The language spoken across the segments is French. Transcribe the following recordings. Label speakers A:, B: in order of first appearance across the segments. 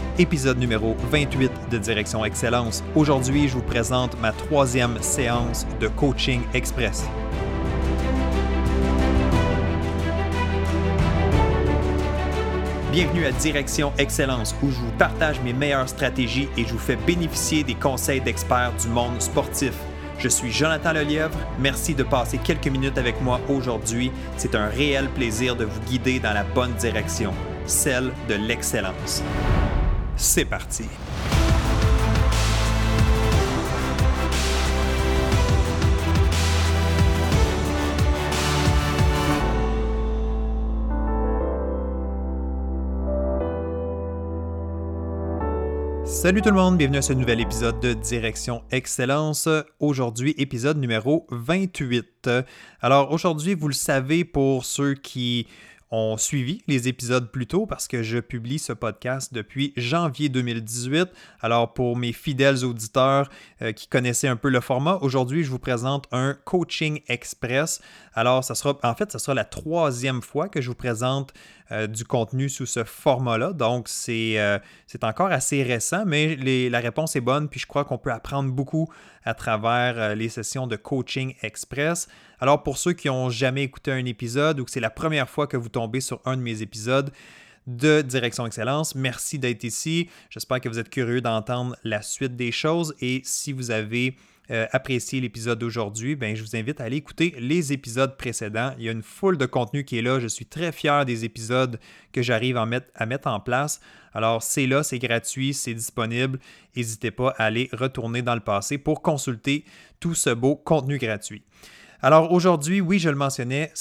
A: Épisode numéro 28 de Direction Excellence. Aujourd'hui, je vous présente ma 3e séance de Coaching Express. Bienvenue à Direction Excellence où je vous partage mes meilleures stratégies et je vous fais bénéficier des conseils d'experts du monde sportif. Je suis Jonathan Lelièvre. Merci de passer quelques minutes avec moi aujourd'hui. C'est un réel plaisir de vous guider dans la bonne direction, celle de l'excellence. C'est parti! Salut tout le monde, bienvenue à ce nouvel épisode de Direction Excellence. Aujourd'hui, épisode numéro 28. Alors aujourd'hui, vous le savez pour ceux qui ont suivi les épisodes plus tôt parce que je publie ce podcast depuis janvier 2018. Alors pour mes fidèles auditeurs qui connaissaient un peu le format, aujourd'hui je vous présente un Coaching Express. Alors ça sera la 3e fois que je vous présente du contenu sous ce format-là. Donc c'est encore assez récent, mais la réponse est bonne, puis je crois qu'on peut apprendre beaucoup à travers les sessions de Coaching Express. Alors, pour ceux qui n'ont jamais écouté un épisode ou que c'est la première fois que vous tombez sur un de mes épisodes de Direction Excellence, merci d'être ici. J'espère que vous êtes curieux d'entendre la suite des choses et si vous avez apprécié l'épisode d'aujourd'hui, je vous invite à aller écouter les épisodes précédents. Il y a une foule de contenu qui est là. Je suis très fier des épisodes que j'arrive à mettre en place. Alors, c'est là, c'est gratuit, c'est disponible. N'hésitez pas à aller retourner dans le passé pour consulter tout ce beau contenu gratuit. Alors aujourd'hui, oui, je le mentionnais,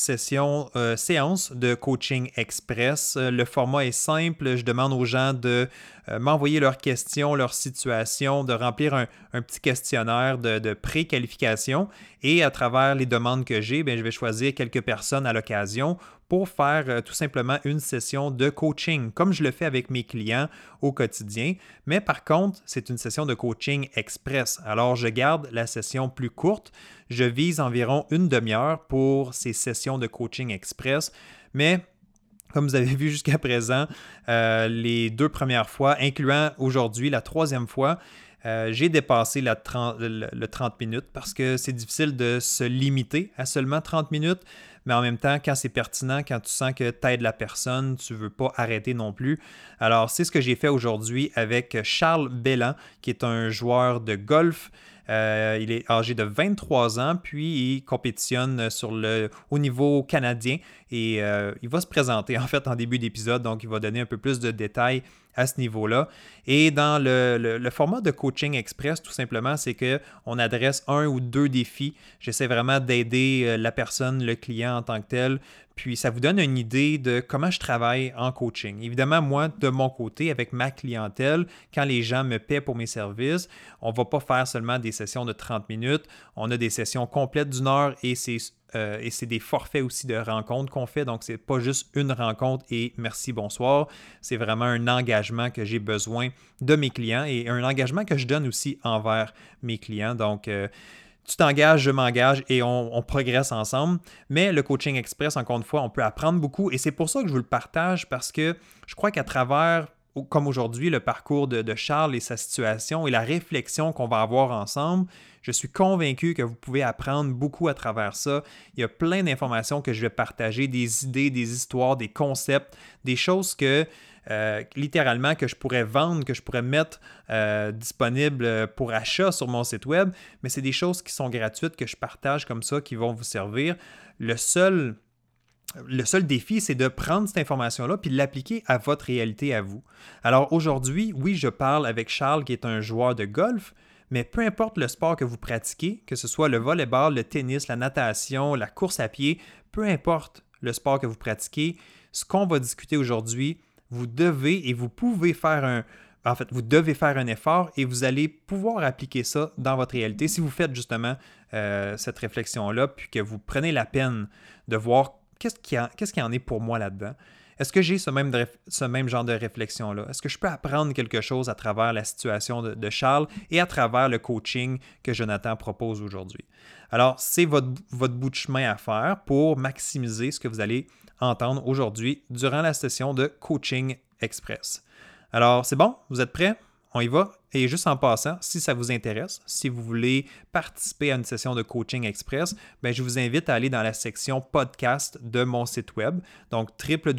A: séance de Coaching Express. Le format est simple. Je demande aux gens de m'envoyer leurs questions, leurs situations, de remplir un petit questionnaire de pré-qualification. Et à travers les demandes que j'ai, je vais choisir quelques personnes à l'occasion pour faire tout simplement une session de coaching, comme je le fais avec mes clients au quotidien. Mais par contre, c'est une session de coaching express. Alors, je garde la session plus courte. Je vise environ une demi-heure pour ces sessions de coaching express. Mais comme vous avez vu jusqu'à présent, les 2 premières fois, incluant aujourd'hui la 3e fois, j'ai dépassé le 30 minutes parce que c'est difficile de se limiter à seulement 30 minutes. Mais en même temps, quand c'est pertinent, quand tu sens que tu aides la personne, tu ne veux pas arrêter non plus. Alors, c'est ce que j'ai fait aujourd'hui avec Charles Belland, qui est un joueur de golf. Il est âgé de 23 ans, puis il compétitionne au niveau canadien et il va se présenter en fait en début d'épisode, donc il va donner un peu plus de détails à ce niveau-là. Et dans le format de Coaching Express, tout simplement, c'est qu'on adresse 1 ou 2 défis. J'essaie vraiment d'aider la personne, le client en tant que tel. Puis ça vous donne une idée de comment je travaille en coaching. Évidemment, moi, de mon côté, avec ma clientèle, quand les gens me paient pour mes services, on ne va pas faire seulement des sessions de 30 minutes. On a des sessions complètes d'1 heure et c'est des forfaits aussi de rencontres qu'on fait. Donc, ce n'est pas juste une rencontre et merci, bonsoir. C'est vraiment un engagement que j'ai besoin de mes clients et un engagement que je donne aussi envers mes clients. Donc, tu t'engages, je m'engage et on progresse ensemble. Mais le Coaching Express, encore une fois, on peut apprendre beaucoup et c'est pour ça que je vous le partage parce que je crois qu'à travers, comme aujourd'hui, le parcours de Charles et sa situation et la réflexion qu'on va avoir ensemble, je suis convaincu que vous pouvez apprendre beaucoup à travers ça. Il y a plein d'informations que je vais partager, des idées, des histoires, des concepts, des choses que littéralement que je pourrais vendre, que je pourrais mettre disponible pour achat sur mon site web, mais c'est des choses qui sont gratuites, que je partage comme ça, qui vont vous servir. Le seul défi, c'est de prendre cette information-là puis de l'appliquer à votre réalité à vous. Alors aujourd'hui, oui, je parle avec Charles qui est un joueur de golf, mais peu importe le sport que vous pratiquez, que ce soit le volleyball, le tennis, la natation, la course à pied, peu importe le sport que vous pratiquez, ce qu'on va discuter aujourd'hui, vous devez et vous pouvez faire vous devez faire un effort et vous allez pouvoir appliquer ça dans votre réalité si vous faites justement cette réflexion-là, puis que vous prenez la peine de voir qu'est-ce qu'il y en est pour moi là-dedans. Est-ce que j'ai ce même genre de réflexion-là? Est-ce que je peux apprendre quelque chose à travers la situation de Charles et à travers le coaching que Jonathan propose aujourd'hui? Alors, c'est votre bout de chemin à faire pour maximiser ce que vous allez entendre aujourd'hui durant la session de Coaching Express. Alors, c'est bon? Vous êtes prêts? On y va. Et juste en passant, si ça vous intéresse, si vous voulez participer à une session de coaching express, ben, je vous invite à aller dans la section podcast de mon site web, donc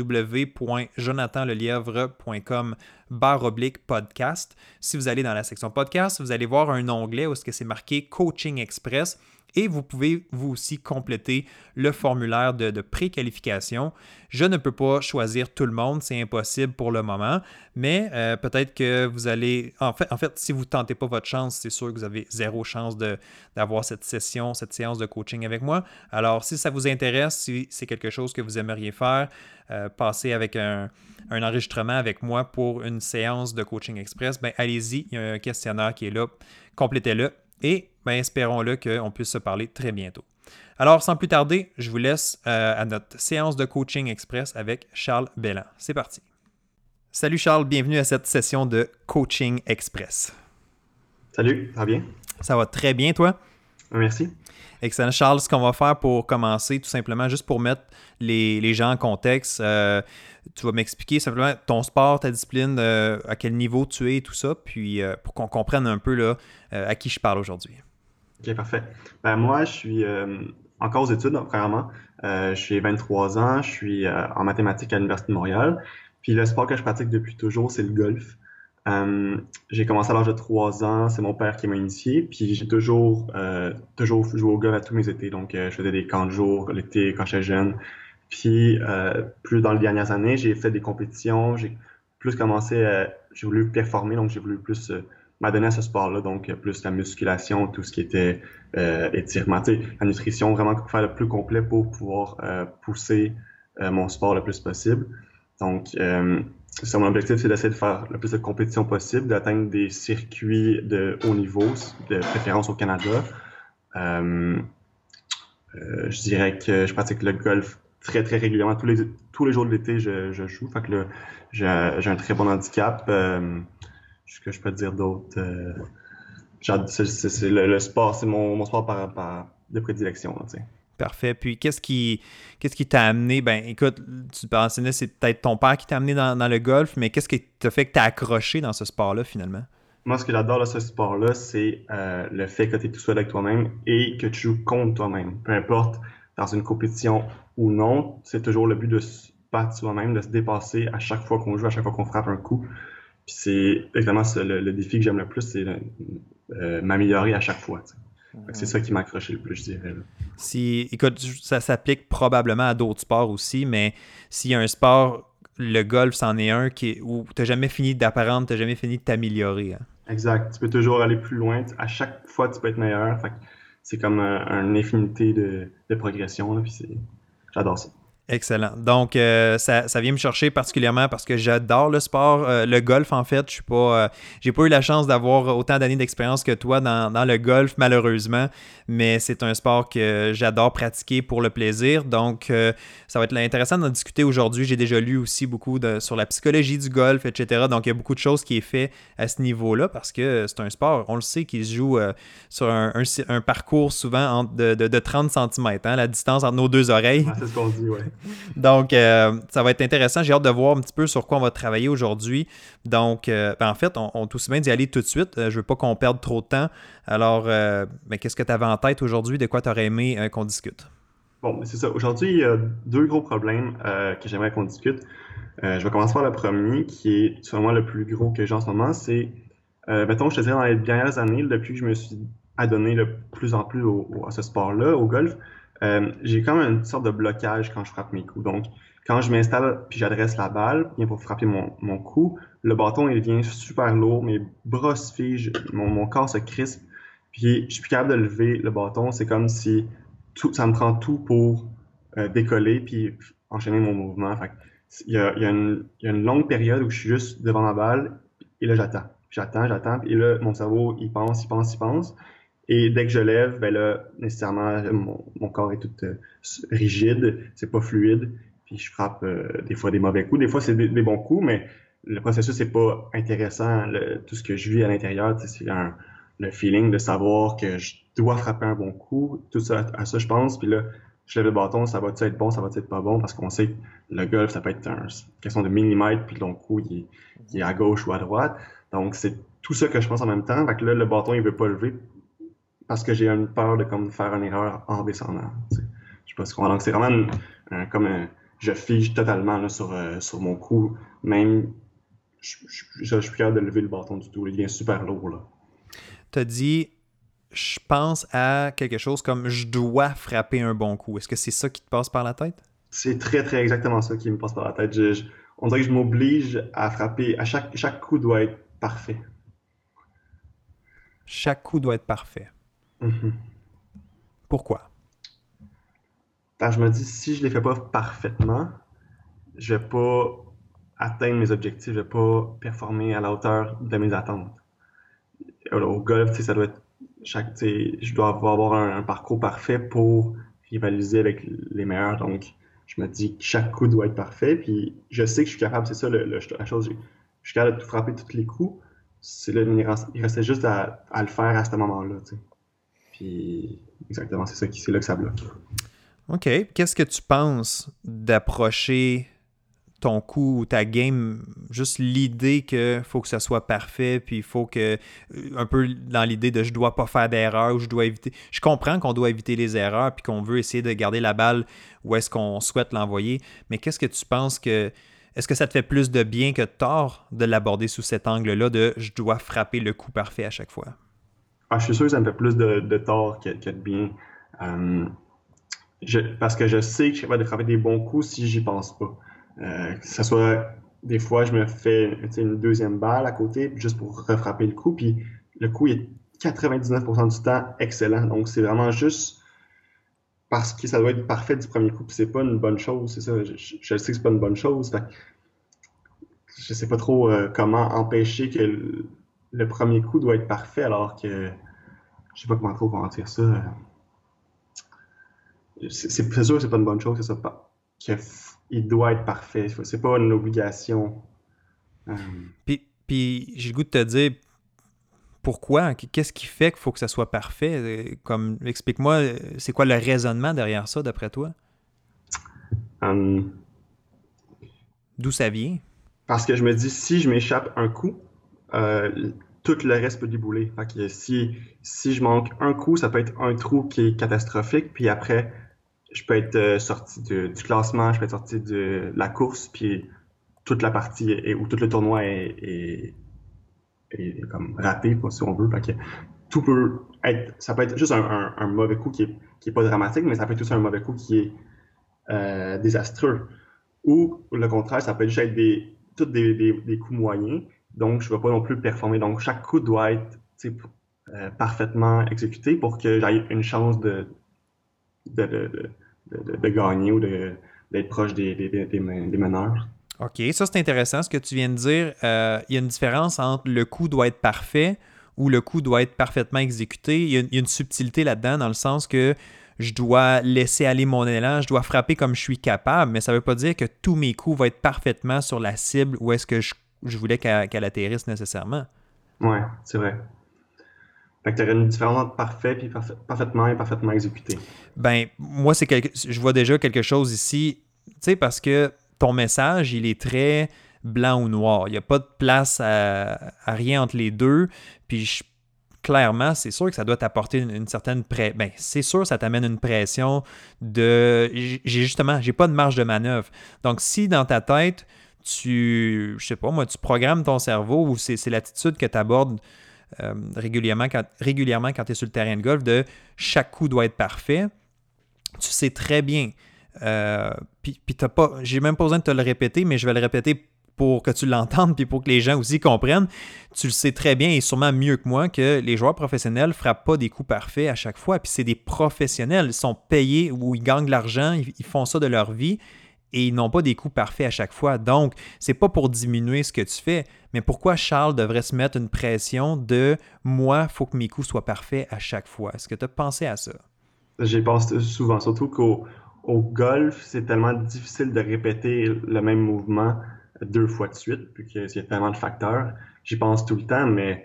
A: www.jonathanlelièvre.com/podcast. Si vous allez dans la section podcast, vous allez voir un onglet où c'est marqué Coaching Express. Et vous pouvez vous aussi compléter le formulaire de préqualification. Je ne peux pas choisir tout le monde, c'est impossible pour le moment, mais peut-être que vous allez... En fait, si vous ne tentez pas votre chance, c'est sûr que vous avez zéro chance d'avoir cette séance de coaching avec moi. Alors, si ça vous intéresse, si c'est quelque chose que vous aimeriez faire, passer avec un enregistrement avec moi pour une séance de coaching express, ben allez-y, il y a un questionnaire qui est là, complétez-le. Et ben, espérons-le qu'on puisse se parler très bientôt. Alors, sans plus tarder, je vous laisse à notre séance de coaching express avec Charles Belland. C'est parti. Salut Charles, bienvenue à cette session de coaching express.
B: Salut, ça va bien?
A: Ça va très bien, toi?
B: Merci.
A: Excellent. Charles, ce qu'on va faire pour commencer, tout simplement, juste pour mettre les gens en contexte, tu vas m'expliquer simplement ton sport, ta discipline, à quel niveau tu es et tout ça, puis pour qu'on comprenne un peu là, à qui je parle aujourd'hui.
B: Ok, parfait. Ben, moi, je suis encore aux études, premièrement. J'ai 23 ans, je suis en mathématiques à l'Université de Montréal. Puis le sport que je pratique depuis toujours, c'est le golf. J'ai commencé à l'âge de 3 ans, c'est mon père qui m'a initié. Puis j'ai toujours joué au golf à tous mes étés. Donc, je faisais des camps de jour l'été quand j'étais jeune. Puis, plus dans les dernières années, j'ai fait des compétitions. J'ai plus commencé, j'ai voulu performer, donc j'ai voulu plus m'adonner à ce sport-là. Donc, plus la musculation, tout ce qui était étirement, tu sais, la nutrition, vraiment faire le plus complet pour pouvoir pousser mon sport le plus possible. Donc, c'est mon objectif, c'est d'essayer de faire le plus de compétitions possible, d'atteindre des circuits de haut niveau, de préférence au Canada. Je dirais que je pratique le golf très, très régulièrement. Tous les jours de l'été, je joue. Fait que là, j'ai un très bon handicap. Ce que je peux te dire d'autre? C'est le sport, c'est mon sport de prédilection, là, tu sais.
A: Parfait. Puis, qu'est-ce qui t'a amené? Ben, écoute, tu mentionnais, c'est peut-être ton père qui t'a amené dans le golf, mais qu'est-ce qui t'a fait que t'as accroché dans ce sport-là, finalement?
B: Moi, ce que j'adore de ce sport-là, c'est le fait que tu es tout seul avec toi-même et que tu joues contre toi-même. Peu importe, dans une compétition ou non, c'est toujours le but de se battre soi-même, de se dépasser à chaque fois qu'on joue, à chaque fois qu'on frappe un coup. Puis c'est exactement ça, le défi que j'aime le plus, c'est m'améliorer à chaque fois. Fait que c'est ça qui m'a accroché le plus, je dirais. Là.
A: Écoute, ça s'applique probablement à d'autres sports aussi, mais s'il y a un sport, le golf, c'en est un où tu n'as jamais fini d'apprendre, tu n'as jamais fini de t'améliorer. Hein.
B: Exact. Tu peux toujours aller plus loin. À chaque fois, tu peux être meilleur. Fait que c'est comme une infinité de progression. Là, puis j'adore ça.
A: Excellent. Donc, ça vient me chercher particulièrement parce que j'adore le sport, le golf en fait. J'ai pas eu la chance d'avoir autant d'années d'expérience que toi dans le golf, malheureusement, mais c'est un sport que j'adore pratiquer pour le plaisir. Donc, ça va être intéressant d'en discuter aujourd'hui. J'ai déjà lu aussi beaucoup sur la psychologie du golf, etc. Donc, il y a beaucoup de choses qui est fait à ce niveau-là parce que c'est un sport, on le sait, qui se joue sur un parcours souvent de 30 cm, hein, la distance entre nos deux oreilles.
B: Ah, c'est ce qu'on dit, ouais.
A: Donc, ça va être intéressant. J'ai hâte de voir un petit peu sur quoi on va travailler aujourd'hui. Donc, en fait, on est aussi bien d'y aller tout de suite. Je ne veux pas qu'on perde trop de temps. Alors, qu'est-ce que tu avais en tête aujourd'hui? De quoi tu aurais aimé qu'on discute?
B: Bon, c'est ça. Aujourd'hui, il y a deux gros problèmes que j'aimerais qu'on discute. Je vais commencer par le premier, qui est selon moi le plus gros que j'ai en ce moment. C'est, mettons, je te dirais, dans les dernières années, depuis que je me suis adonné de plus en plus à ce sport-là, au golf, j'ai quand même une sorte de blocage quand je frappe mes coups. Donc, quand je m'installe puis j'adresse la balle, bien pour frapper mon coup, le bâton il devient super lourd, mes bras se figent, mon corps se crispe, puis je suis plus capable de lever le bâton. C'est comme si ça me prend tout pour décoller puis enchaîner mon mouvement. Fait que il y a une longue période où je suis juste devant ma balle et là j'attends. J'attends, et là mon cerveau il pense. Et dès que je lève, ben là, nécessairement, mon corps est tout rigide, c'est pas fluide, puis je frappe des fois des mauvais coups. Des fois, c'est des bons coups, mais le processus c'est pas intéressant. Tout ce que je vis à l'intérieur, c'est le feeling de savoir que je dois frapper un bon coup. Tout ça, à ça, je pense. Puis là, je lève le bâton, ça va-tu être bon, ça va-tu être pas bon, parce qu'on sait que le golf, ça peut être une question de millimètres, puis ton coup, il est à gauche ou à droite. Donc, c'est tout ça que je pense en même temps. Fait que là, le bâton, il veut pas lever parce que j'ai une peur de comme faire une erreur en descendant. T'sais. Je sais pas si tu comprends. Donc, c'est vraiment je fige totalement là, sur mon cou. Même, je suis plus capable de lever le bâton du tout. Il devient super lourd. Là.
A: Tu as dit, je pense à quelque chose comme je dois frapper un bon coup. Est-ce que c'est ça qui te passe par la tête?
B: C'est très, très exactement ça qui me passe par la tête. On dirait que je m'oblige à frapper. Chaque coup doit être parfait.
A: Chaque coup doit être parfait.
B: Mhm.
A: Pourquoi?
B: Alors, je me dis, si je les fais pas parfaitement, je vais pas atteindre mes objectifs, je vais pas performer à la hauteur de mes attentes. Au golf, ça doit être je dois avoir un parcours parfait pour rivaliser avec les meilleurs. Donc, je me dis que chaque coup doit être parfait. Puis, je sais que je suis capable, c'est ça la chose. Je suis capable de tout frapper tous les coups. C'est là, il restait juste à le faire à ce moment-là. T'sais. Puis, exactement, c'est là que ça bloque.
A: OK. Qu'est-ce que tu penses d'approcher ton coup ou ta game, juste l'idée qu'il faut que ça soit parfait, puis il faut que, un peu dans l'idée de je dois pas faire d'erreur ou je dois éviter. Je comprends qu'on doit éviter les erreurs puis qu'on veut essayer de garder la balle où est-ce qu'on souhaite l'envoyer, mais qu'est-ce que tu penses que. Est-ce que ça te fait plus de bien que de tort de l'aborder sous cet angle-là de je dois frapper le coup parfait à chaque fois?
B: Ah, je suis sûr que ça me fait plus de tort que de bien. Euh, parce que je sais que je suis capable de frapper des bons coups si j'y pense pas. Que ce soit des fois, je me fais une deuxième balle à côté juste pour refrapper le coup, puis le coup est 99% du temps excellent. Donc c'est vraiment juste parce que ça doit être parfait du premier coup, puis c'est pas une bonne chose, c'est ça. Je sais que c'est pas une bonne chose. Fait que je sais pas trop comment empêcher que le premier coup doit être parfait alors que je sais pas comment dire ça. C'est sûr que c'est pas une bonne chose, c'est ça. Il doit être parfait. C'est pas une obligation. Euh,
A: Puis j'ai le goût de te dire pourquoi, qu'est-ce qui fait qu'il faut que ça soit parfait? Comme, explique-moi, c'est quoi le raisonnement derrière ça, d'après toi?
B: euh,
A: D'où ça vient?
B: parce que je me dis, si je m'échappe un coup, tout le reste peut débouler. Fait que si je manque un coup, ça peut être un trou qui est catastrophique, puis après, je peux être sorti du classement, je peux être sorti de la course, puis toute la partie ou tout le tournoi est comme raté, si on veut. Fait que tout peut être, ça peut être juste un mauvais coup qui est pas dramatique, mais ça peut être aussi un mauvais coup qui est désastreux. Ou le contraire, ça peut juste être tous des coups moyens, donc je ne vais pas non plus performer. Donc chaque coup doit être parfaitement exécuté pour que j'aie une chance de, de, de gagner ou d'être proche des meneurs.
A: OK, ça c'est intéressant ce que tu viens de dire. Il y a une différence entre le coup doit être parfait ou le coup doit être parfaitement exécuté. Il y a une subtilité là-dedans dans le sens que je dois laisser aller mon élan, je dois frapper comme je suis capable, mais ça ne veut pas dire que tous mes coups vont être parfaitement sur la cible où est-ce que je voulais qu'elle atterrisse nécessairement.
B: Ouais, c'est vrai. Fait que tu aurais une différence entre parfait et parfaitement et parfaitement exécuté.
A: Ben, moi, je vois déjà quelque chose ici, tu sais, parce que ton message, il est très blanc ou noir. Il n'y a pas de place à rien entre les deux. Puis, clairement, c'est sûr que ça doit t'apporter une certaine pression. Ben, c'est sûr que ça t'amène une pression de. J'ai pas de marge de manœuvre. Donc, si dans ta tête, je sais pas, moi, tu programmes ton cerveau ou c'est l'attitude que tu abordes régulièrement quand tu es sur le terrain de golf, de chaque coup doit être parfait. Tu sais très bien. Puis t'as pas, j'ai même pas besoin de te le répéter, mais je vais le répéter pour que tu l'entendes puis pour que les gens aussi comprennent. Tu le sais très bien et sûrement mieux que moi que les joueurs professionnels ne frappent pas des coups parfaits à chaque fois. Puis c'est des professionnels. Ils sont payés ou ils gagnent de l'argent. Ils font ça de leur vie et ils n'ont pas des coups parfaits à chaque fois. Donc, c'est pas pour diminuer ce que tu fais, mais pourquoi Charles devrait se mettre une pression de moi, il faut que mes coups soient parfaits à chaque fois? Est-ce que tu as pensé à ça?
B: J'y pense souvent, surtout qu'au golf, c'est tellement difficile de répéter le même mouvement deux fois de suite, puis qu'il y a tellement de facteurs. J'y pense tout le temps, mais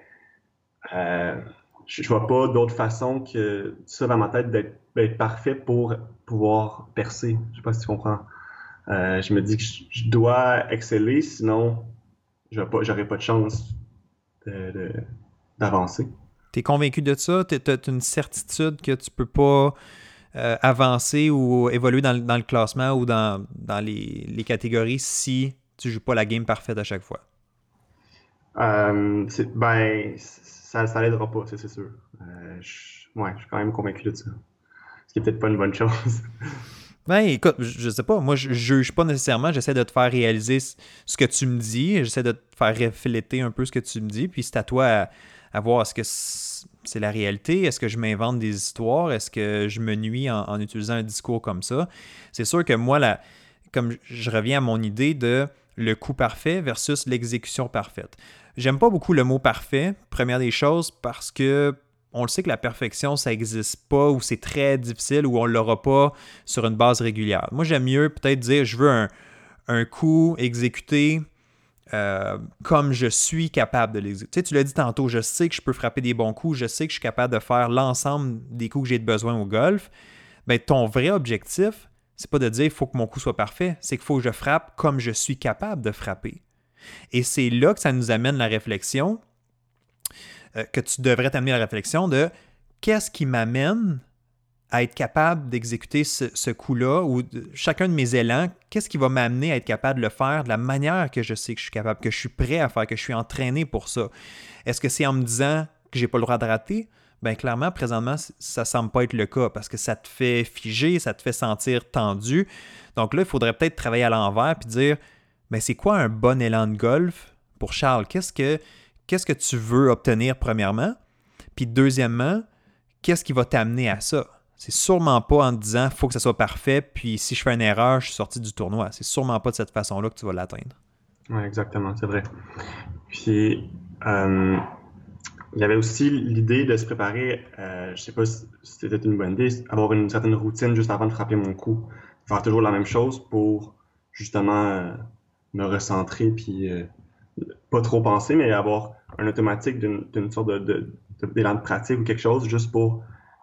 B: euh, je vois pas d'autre façon que ça dans ma tête d'être parfait pour pouvoir percer. Je sais pas si tu comprends. Je me dis que je dois exceller, sinon j'aurais pas de chance de- d'avancer.
A: Tu es convaincu de ça? Tu as une certitude que tu peux pas avancer ou évoluer dans le classement ou dans les catégories si tu joues pas la game parfaite à chaque fois?
B: Ça l'aidera pas, ça, c'est sûr. Ouais, je suis quand même convaincu de ça. Ce qui est peut-être pas une bonne chose.
A: Ben écoute, je sais pas, moi je juge pas nécessairement, j'essaie de te faire réaliser ce que tu me dis, j'essaie de te faire refléter un peu ce que tu me dis, puis c'est à toi à voir est-ce que c'est la réalité, est-ce que je m'invente des histoires, est-ce que je me nuis en utilisant un discours comme ça. C'est sûr que moi, comme je reviens à mon idée de le coup parfait versus l'exécution parfaite. J'aime pas beaucoup le mot parfait, première des choses, parce que on le sait que la perfection, ça n'existe pas ou c'est très difficile ou on ne l'aura pas sur une base régulière. Moi, j'aime mieux peut-être dire je veux un coup exécuté comme je suis capable de l'exécuter. Tu sais, tu l'as dit tantôt, je sais que je peux frapper des bons coups, je sais que je suis capable de faire l'ensemble des coups que j'ai besoin au golf. Ben, ton vrai objectif, c'est pas de dire il faut que mon coup soit parfait, c'est qu'il faut que je frappe comme je suis capable de frapper. Et c'est là que ça nous amène la réflexion, que tu devrais t'amener à la réflexion de qu'est-ce qui m'amène à être capable d'exécuter ce coup-là ou chacun de mes élans, qu'est-ce qui va m'amener à être capable de le faire de la manière que je sais que je suis capable, que je suis prêt à faire, que je suis entraîné pour ça. Est-ce que c'est en me disant que j'ai pas le droit de rater? Bien, clairement, présentement, ça semble pas être le cas parce que ça te fait figer, ça te fait sentir tendu. Donc là, il faudrait peut-être travailler à l'envers puis dire, bien, c'est quoi un bon élan de golf pour Charles? Qu'est-ce que tu veux obtenir premièrement? Puis deuxièmement, qu'est-ce qui va t'amener à ça? C'est sûrement pas en te disant faut que ça soit parfait, puis si je fais une erreur, je suis sorti du tournoi. C'est sûrement pas de cette façon-là que tu vas l'atteindre.
B: Ouais, exactement, c'est vrai. Puis, il y avait aussi l'idée de se préparer, je sais pas si c'était une bonne idée, avoir une certaine routine juste avant de frapper mon coup. Faire toujours la même chose pour justement me recentrer, puis pas trop penser, mais avoir un automatique d'une sorte d'élan de pratique ou quelque chose juste pour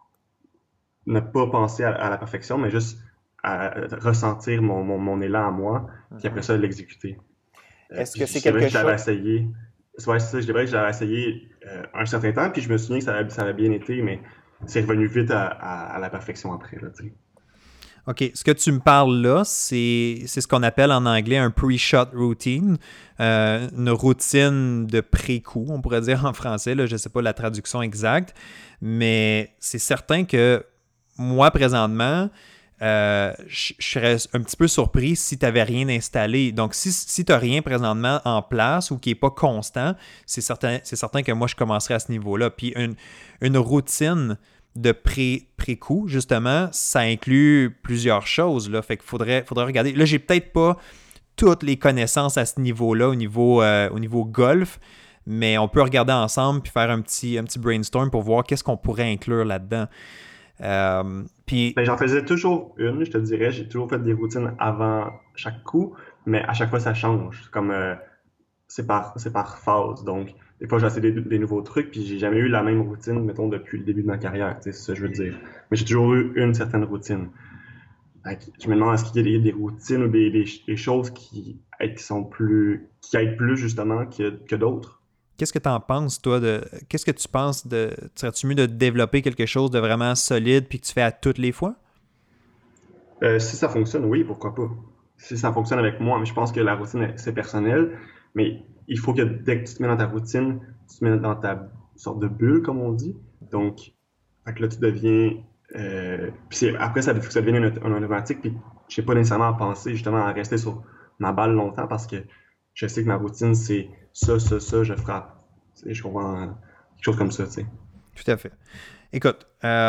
B: ne pas penser à la perfection, mais juste à ressentir mon élan à moi, puis après ça, l'exécuter.
A: Est-ce
B: Puis
A: que c'est
B: je dirais
A: quelque
B: que je l'avais
A: chose...
B: essayé. Ouais, c'est ça, je dirais que je l'avais essayé un certain temps, puis je me souviens que ça avait bien été, mais c'est revenu vite à la perfection après. Là, tu sais.
A: OK, ce que tu me parles là, c'est ce qu'on appelle en anglais un pre-shot routine, une routine de pré-coup, on pourrait dire en français, là, je ne sais pas la traduction exacte, mais c'est certain que moi, présentement, je serais un petit peu surpris si tu n'avais rien installé. Donc, si tu n'as rien présentement en place ou qui n'est pas constant, c'est certain que moi, je commencerai à ce niveau-là. Puis, une routine de pré-coup, justement, ça inclut plusieurs choses. Là. Fait qu'il faudrait regarder. Là, j'ai peut-être pas toutes les connaissances à ce niveau-là, au niveau golf, mais on peut regarder ensemble puis faire un petit brainstorm pour voir qu'est-ce qu'on pourrait inclure là-dedans. Puis,
B: Ben, j'en faisais toujours une, je te dirais. J'ai toujours fait des routines avant chaque coup, mais à chaque fois, ça change. Comme c'est par phase. Donc, des fois, j'ai essayé des nouveaux trucs, puis j'ai jamais eu la même routine, mettons, depuis le début de ma carrière. Tu sais, c'est ça que je veux dire. Mais j'ai toujours eu une certaine routine. Fait que je me demande, est-ce qu'il y a des routines ou des choses qui aident plus, justement, que d'autres?
A: qu'est-ce que tu en penses, toi? Qu'est-ce que tu penses serais-tu mieux de développer quelque chose de vraiment solide puis que tu fais à toutes les fois?
B: Si ça fonctionne, oui, pourquoi pas. Si ça fonctionne avec moi, mais je pense que la routine, c'est personnel, mais il faut que dès que tu te mets dans ta routine, tu te mets dans ta sorte de bulle, comme on dit. Donc, fait que là, tu deviens... puis après, ça devient un automatique, puis je sais pas nécessairement à penser justement à rester sur ma balle longtemps parce que je sais que ma routine, c'est ça, je frappe. Tu sais, je comprends quelque chose comme ça, tu sais.
A: Tout à fait. Écoute,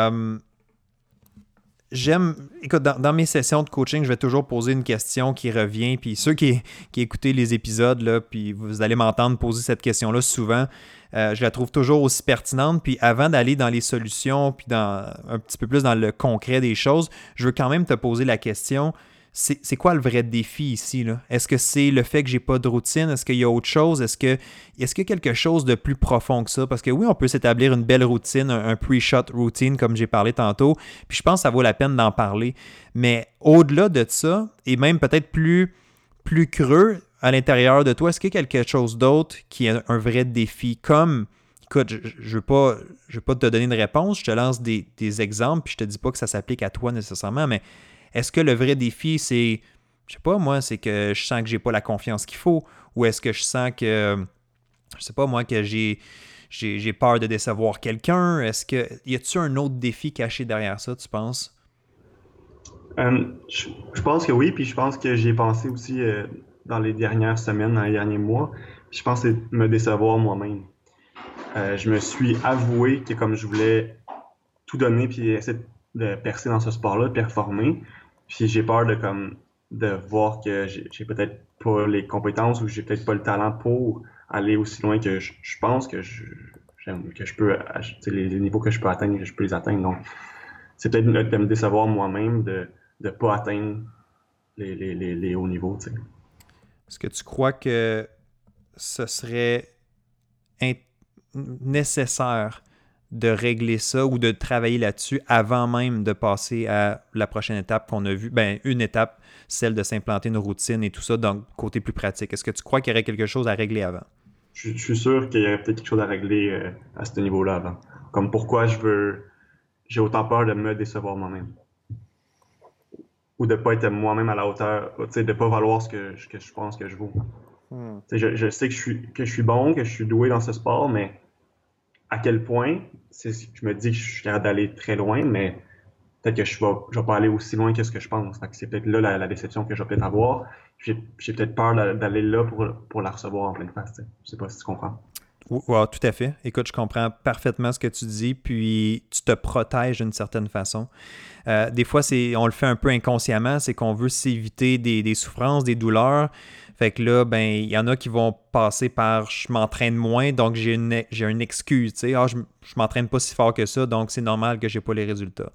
A: écoute, dans mes sessions de coaching, je vais toujours poser une question qui revient. Puis ceux qui écoutez les épisodes, là, puis vous allez m'entendre poser cette question-là souvent, je la trouve toujours aussi pertinente. Puis avant d'aller dans les solutions, puis un petit peu plus dans le concret des choses, je veux quand même te poser la question, c'est quoi le vrai défi ici, là? Est-ce que c'est le fait que j'ai pas de routine? Est-ce qu'il y a autre chose? Est-ce qu'il y a quelque chose de plus profond que ça? Parce que oui, on peut s'établir une belle routine, un pre-shot routine, comme j'ai parlé tantôt, puis je pense que ça vaut la peine d'en parler. Mais au-delà de ça, et même peut-être plus creux à l'intérieur de toi, est-ce qu'il y a quelque chose d'autre qui est un vrai défi? Comme, écoute, je ne veux pas te donner une réponse, je te lance des exemples, puis je te dis pas que ça s'applique à toi nécessairement, mais est-ce que le vrai défi, c'est, je sais pas moi, c'est que je sens que j'ai pas la confiance qu'il faut, ou est-ce que je sens que, je sais pas moi, que j'ai peur de décevoir quelqu'un? Est-ce que, y a-t-il un autre défi caché derrière ça, tu penses?
B: Je pense que oui, puis je pense que j'y ai pensé aussi dans les dernières semaines, dans les derniers mois. Puis je pense que c'est me décevoir moi-même. Je me suis avoué que comme je voulais tout donner puis essayer de percer dans ce sport-là, de performer, puis j'ai peur de voir que j'ai peut-être pas les compétences ou j'ai peut-être pas le talent pour aller aussi loin que je pense que je peux, tu sais, les niveaux que je peux atteindre, que je peux les atteindre. Donc, c'est peut-être de me décevoir moi-même de ne pas atteindre les hauts niveaux, tu sais.
A: Est-ce que tu crois que ce serait nécessaire de régler ça ou de travailler là-dessus avant même de passer à la prochaine étape qu'on a vue? Ben, une étape, celle de s'implanter une routine et tout ça, donc côté plus pratique. Est-ce que tu crois qu'il y aurait quelque chose à régler avant?
B: Je suis sûr qu'il y aurait peut-être quelque chose à régler à ce niveau-là avant. Comme pourquoi j'ai autant peur de me décevoir moi-même. Ou de pas être moi-même à la hauteur, tu sais, de pas valoir ce que je pense que je vaux. Tu sais, je sais que je suis bon, que je suis doué dans ce sport, mais à quel point, je me dis que je suis capable d'aller très loin, mais peut-être que je vais pas aller aussi loin que ce que je pense. Fait que c'est peut-être là la déception que je vais peut-être avoir. J'ai peut-être peur d'aller là pour la recevoir en pleine face. Tu sais. Je sais pas si tu comprends.
A: Wow, tout à fait. Écoute, je comprends parfaitement ce que tu dis, puis tu te protèges d'une certaine façon. Des fois, on le fait un peu inconsciemment, c'est qu'on veut s'éviter des souffrances, des douleurs. Fait que là, ben, il y en a qui vont passer par je m'entraîne moins, donc j'ai une excuse. Tu sais, je m'entraîne pas si fort que ça, donc c'est normal que j'ai pas les résultats.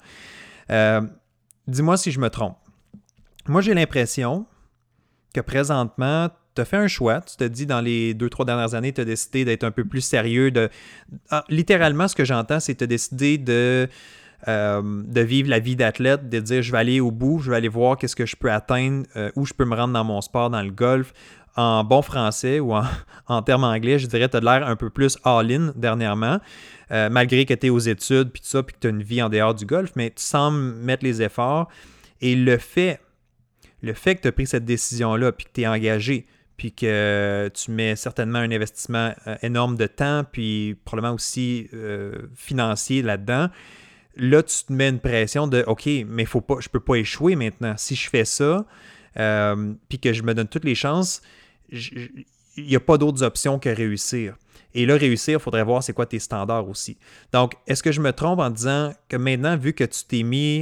A: Dis-moi si je me trompe. Moi, j'ai l'impression que présentement, tu as fait un choix. Tu te dis, dans les 2-3 dernières années, tu as décidé d'être un peu plus sérieux. Littéralement, ce que j'entends, c'est que tu as décidé de vivre la vie d'athlète, de dire, je vais aller au bout, je vais aller voir qu'est-ce que je peux atteindre, où je peux me rendre dans mon sport, dans le golf. En bon français ou en termes anglais, je dirais que tu as l'air un peu plus all-in dernièrement, malgré que tu es aux études, puis tout ça, puis que tu as une vie en dehors du golf, mais tu sembles mettre les efforts. Et le fait que tu as pris cette décision-là, puis que tu es engagé, puis que tu mets certainement un investissement énorme de temps, puis probablement aussi financier là-dedans, là, tu te mets une pression de « OK, mais je ne peux pas échouer maintenant. Si je fais ça, puis que je me donne toutes les chances, il n'y a pas d'autres options que réussir. » Et là, réussir, il faudrait voir c'est quoi tes standards aussi. Donc, est-ce que je me trompe en disant que maintenant, vu que tu t'es mis,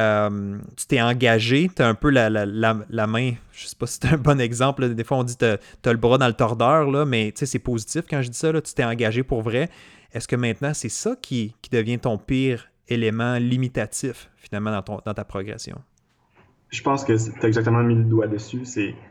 A: tu t'es engagé, tu as un peu la main, je ne sais pas si c'est un bon exemple, là, des fois on dit que tu as le bras dans le tordeur, là, mais c'est positif quand je dis ça, là, tu t'es engagé pour vrai. Est-ce que maintenant, c'est ça qui devient ton pire élément limitatif, finalement, dans ta progression?
B: Je pense que tu as exactement mis le doigt dessus.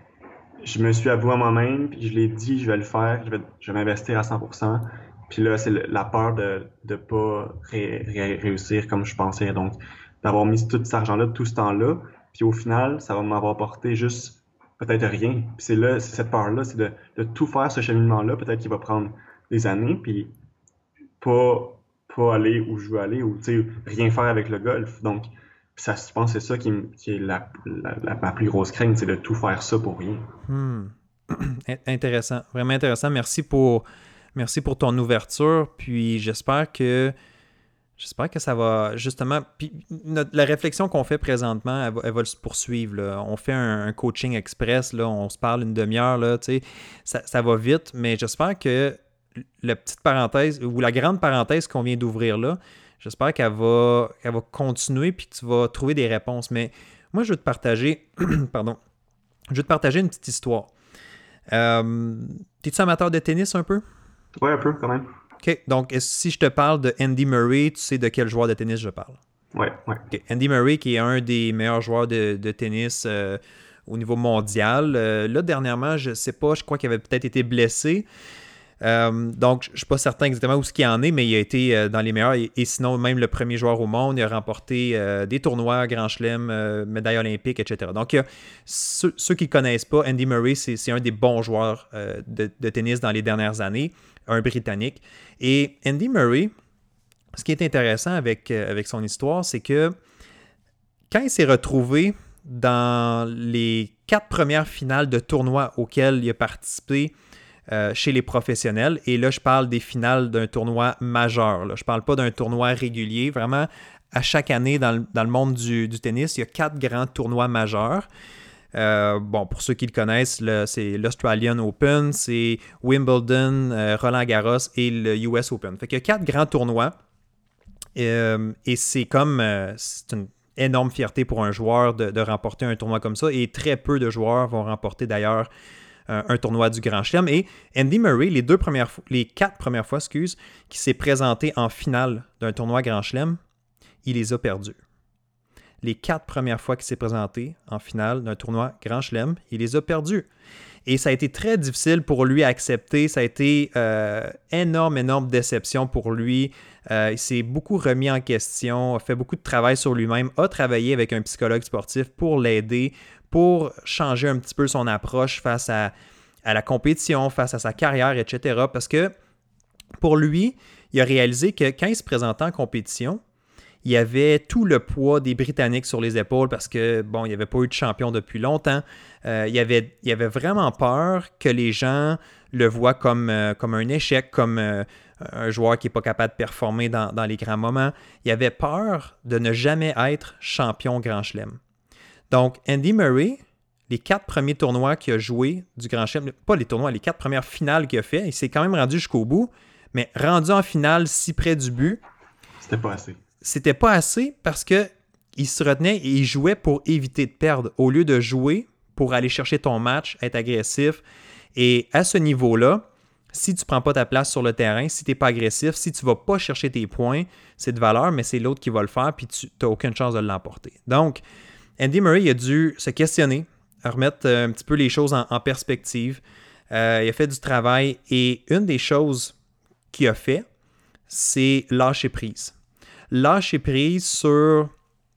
B: Je me suis avoué à moi-même, puis je l'ai dit, je vais le faire, je vais m'investir à 100%. Puis là, c'est la peur de ne pas réussir comme je pensais. Donc, d'avoir mis tout cet argent-là, tout ce temps-là, puis au final, ça va m'avoir porté juste peut-être rien. Puis c'est cette peur-là, c'est de tout faire ce cheminement-là, peut-être qu'il va prendre des années, puis pas aller où je veux aller, ou rien faire avec le golf. Donc, ça, je pense que c'est ça qui est ma plus grosse crainte, c'est de tout faire ça pour rien.
A: Intéressant, vraiment intéressant. Merci pour ton ouverture. Puis j'espère que ça va justement. Puis la réflexion qu'on fait présentement, elle va se poursuivre. Là. On fait un coaching express, là, on se parle une demi-heure, là, ça va vite, mais j'espère que la petite parenthèse ou la grande parenthèse qu'on vient d'ouvrir là, j'espère qu'elle va continuer puis que tu vas trouver des réponses. Mais moi, je veux te partager, pardon, je veux te partager une petite histoire. T'es-tu amateur de tennis un peu?
B: Oui, un peu quand même.
A: OK. Donc, si je te parle de Andy Murray, tu sais de quel joueur de tennis je parle?
B: Ouais, ouais.
A: Okay. Andy Murray, qui est un des meilleurs joueurs de tennis au niveau mondial. Là, dernièrement, je ne sais pas, je crois qu'il avait peut-être été blessé. Donc, je ne suis pas certain exactement où ce qu'il en est, mais il a été dans les meilleurs. Et sinon, même le premier joueur au monde, il a remporté des tournois, Grand Chelem, médaille olympique, etc. Donc, ceux qui ne connaissent pas, Andy Murray, c'est un des bons joueurs de tennis dans les dernières années, un Britannique. Et Andy Murray, ce qui est intéressant avec son histoire, c'est que quand il s'est retrouvé dans les 4 premières finales de tournois auxquels il a participé chez les professionnels, et là, je parle des finales d'un tournoi majeur. Là. Je ne parle pas d'un tournoi régulier. Vraiment, à chaque année, dans le monde du tennis, il y a 4 grands tournois majeurs. Pour ceux qui le connaissent, là, c'est l'Australian Open, c'est Wimbledon, Roland Garros et le US Open. Fait qu'il y a 4 grands tournois. Et c'est une énorme fierté pour un joueur de remporter un tournoi comme ça. Et très peu de joueurs vont remporter d'ailleurs un tournoi du Grand Chelem. Et Andy Murray, les 4 premières fois, qui s'est présenté en finale d'un tournoi Grand Chelem, il les a perdus. Les 4 premières fois qu'il s'est présenté en finale d'un tournoi Grand Chelem, il les a perdus. Et ça a été très difficile pour lui à accepter. Ça a été énorme déception pour lui. Il s'est beaucoup remis en question, a fait beaucoup de travail sur lui-même, a travaillé avec un psychologue sportif pour l'aider, pour changer un petit peu son approche face à la compétition, face à sa carrière, etc. Parce que pour lui, il a réalisé que quand il se présentait en compétition, il y avait tout le poids des Britanniques sur les épaules parce que, il n'y avait pas eu de champion depuis longtemps. Il y avait vraiment peur que les gens le voient comme un échec, comme un joueur qui n'est pas capable de performer dans les grands moments. Il avait peur de ne jamais être champion Grand Chelem. Donc, Andy Murray, les 4 premiers tournois qu'il a joués du Grand Chelem, pas les tournois, les 4 premières finales qu'il a fait, il s'est quand même rendu jusqu'au bout, mais rendu en finale si près du but,
B: c'était pas assez.
A: C'était pas assez parce qu'il se retenait et il jouait pour éviter de perdre au lieu de jouer pour aller chercher ton match, être agressif. Et à ce niveau-là, si tu ne prends pas ta place sur le terrain, si tu n'es pas agressif, si tu ne vas pas chercher tes points, c'est de valeur, mais c'est l'autre qui va le faire puis tu n'as aucune chance de l'emporter. Donc, Andy Murray a dû se questionner, remettre un petit peu les choses en perspective. Il a fait du travail et une des choses qu'il a fait, c'est lâcher prise. Lâcher prise sur...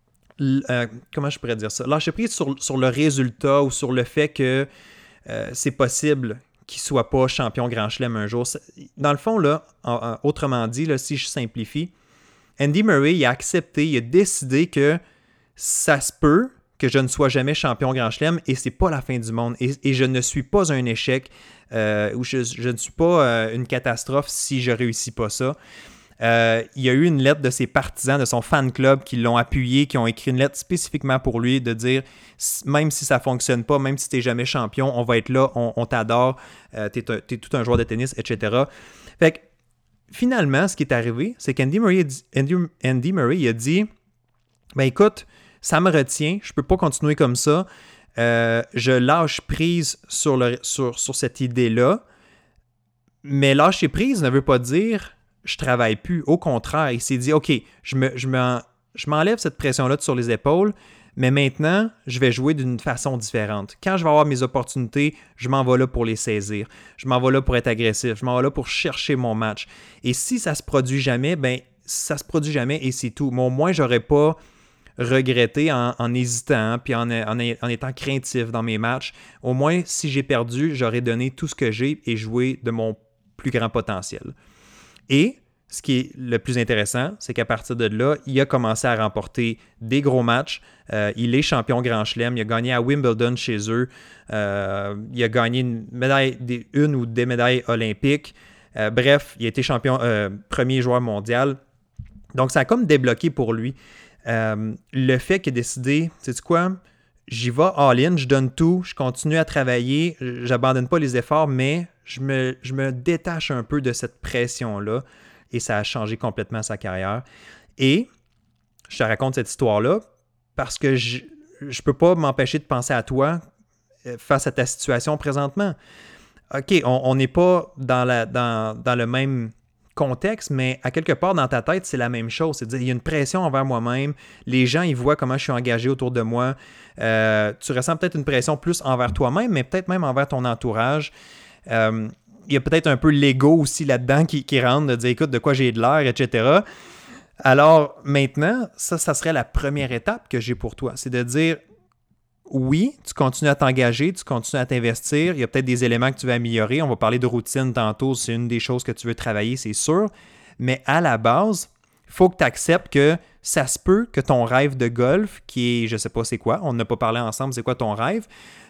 A: comment je pourrais dire ça? Lâcher prise sur le résultat ou sur le fait que c'est possible qu'il ne soit pas champion Grand Chelem un jour. Dans le fond, là, autrement dit, là, si je simplifie, Andy Murray il a accepté, il a décidé que ça se peut que je ne sois jamais champion Grand Chelem et c'est pas la fin du monde. Et je ne suis pas un échec ou je ne suis pas une catastrophe si je ne réussis pas ça. Il y a eu une lettre de ses partisans, de son fan club qui l'ont appuyé, qui ont écrit une lettre spécifiquement pour lui de dire même si ça ne fonctionne pas, même si tu n'es jamais champion, on va être là, on t'adore, tu es tout un joueur de tennis, etc. Fait que finalement, ce qui est arrivé, c'est qu'Andy Murray a dit ben écoute, ça me retient, je ne peux pas continuer comme ça, je lâche prise sur cette idée-là, mais lâcher prise ne veut pas dire je travaille plus. Au contraire, il s'est dit, OK, je m'enlève cette pression-là sur les épaules, mais maintenant, je vais jouer d'une façon différente. Quand je vais avoir mes opportunités, je m'en vais là pour les saisir. Je m'en vais là pour être agressif. Je m'en vais là pour chercher mon match. Et si ça se produit jamais, ça se produit jamais et c'est tout. Mais au moins, je n'aurais pas regretté en hésitant puis en étant craintif dans mes matchs. Au moins, si j'ai perdu, j'aurais donné tout ce que j'ai et joué de mon plus grand potentiel. Et ce qui est le plus intéressant, c'est qu'à partir de là, il a commencé à remporter des gros matchs. Il est champion Grand Chelem. Il a gagné à Wimbledon chez eux. Il a gagné une ou des médailles olympiques. Bref, il a été champion, premier joueur mondial. Donc, ça a comme débloqué pour lui. Le fait qu'il a décidé, sais-tu quoi? J'y vais all-in, je donne tout, je continue à travailler, j'abandonne pas les efforts, mais je me détache un peu de cette pression-là et ça a changé complètement sa carrière. Et je te raconte cette histoire-là parce que je peux pas m'empêcher de penser à toi face à ta situation présentement. OK, on n'est pas dans le même contexte, mais à quelque part dans ta tête, c'est la même chose. C'est-à-dire, il y a une pression envers moi-même. Les gens, ils voient comment je suis engagé autour de moi. Tu ressens peut-être une pression plus envers toi-même, mais peut-être même envers ton entourage. Il y a peut-être un peu l'ego aussi là-dedans qui rentre, de dire, écoute, de quoi j'ai de l'air, etc. Alors, maintenant, ça serait la première étape que j'ai pour toi. C'est de dire, oui, tu continues à t'engager, tu continues à t'investir. Il y a peut-être des éléments que tu veux améliorer. On va parler de routine tantôt. C'est une des choses que tu veux travailler, c'est sûr. Mais à la base, il faut que tu acceptes que ça se peut que ton rêve de golf, qui est, je ne sais pas c'est quoi, on n'a pas parlé ensemble, c'est quoi ton rêve,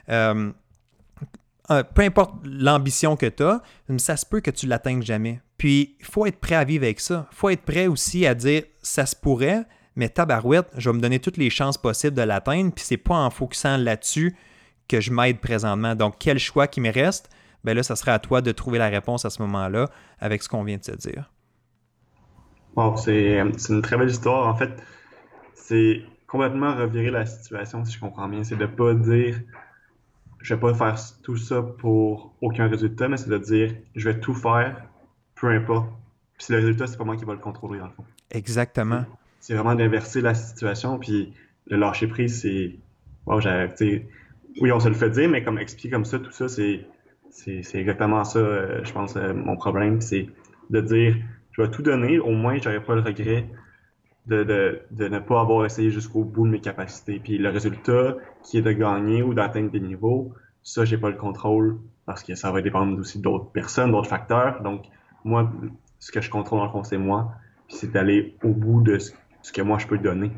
A: peu importe l'ambition que tu as, ça se peut que tu ne l'atteignes jamais. Puis, il faut être prêt à vivre avec ça. Il faut être prêt aussi à dire, ça se pourrait, mais tabarouette, je vais me donner toutes les chances possibles de l'atteindre, puis c'est pas en focusant là-dessus que je m'aide présentement. Donc, quel choix qui me reste? Bien là, ça serait à toi de trouver la réponse à ce moment-là avec ce qu'on vient de se dire.
B: Wow, c'est une très belle histoire. En fait, c'est complètement revirer la situation, si je comprends bien. C'est de pas dire, je vais pas faire tout ça pour aucun résultat, mais c'est de dire, je vais tout faire, peu importe. Puis le résultat, c'est pas moi qui va le contrôler, dans le fond.
A: Exactement.
B: C'est vraiment d'inverser la situation, puis le lâcher prise, c'est... Wow, oui, on se le fait dire, mais comme expliquer comme ça, tout ça, c'est exactement ça, je pense, mon problème, c'est de dire, je vais tout donner, au moins, j'aurai pas le regret de ne pas avoir essayé jusqu'au bout de mes capacités. Puis le résultat, qui est de gagner ou d'atteindre des niveaux, ça, j'ai pas le contrôle, parce que ça va dépendre aussi d'autres personnes, d'autres facteurs. Donc, moi, ce que je contrôle, dans le fond, c'est moi, puis c'est d'aller au bout de ce que moi, je peux donner.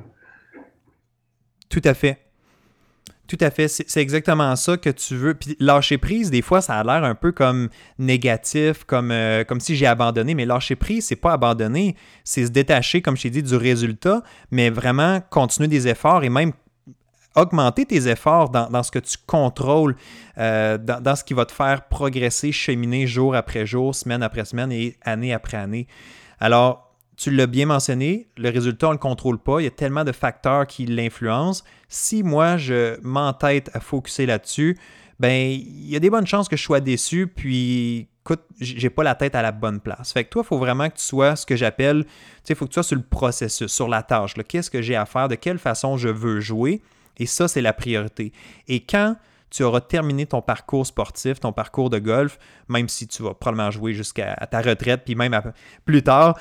A: Tout à fait. Tout à fait. C'est exactement ça que tu veux. Puis lâcher prise, des fois, ça a l'air un peu comme négatif, comme si j'ai abandonné. Mais lâcher prise, c'est pas abandonner. C'est se détacher, comme je t'ai dit, du résultat, mais vraiment continuer des efforts et même augmenter tes efforts dans ce que tu contrôles, dans ce qui va te faire progresser, cheminer jour après jour, semaine après semaine et année après année. Alors, tu l'as bien mentionné, le résultat, on ne le contrôle pas. Il y a tellement de facteurs qui l'influencent. Si moi, je m'entête à focusser là-dessus, ben il y a des bonnes chances que je sois déçu, puis écoute, j'ai pas la tête à la bonne place. Fait que toi, il faut vraiment que tu sois ce que j'appelle, tu sais, il faut que tu sois sur le processus, sur la tâche. Là. Qu'est-ce que j'ai à faire? De quelle façon je veux jouer? Et ça, c'est la priorité. Et quand tu auras terminé ton parcours sportif, ton parcours de golf, même si tu vas probablement jouer jusqu'à ta retraite, puis même plus tard,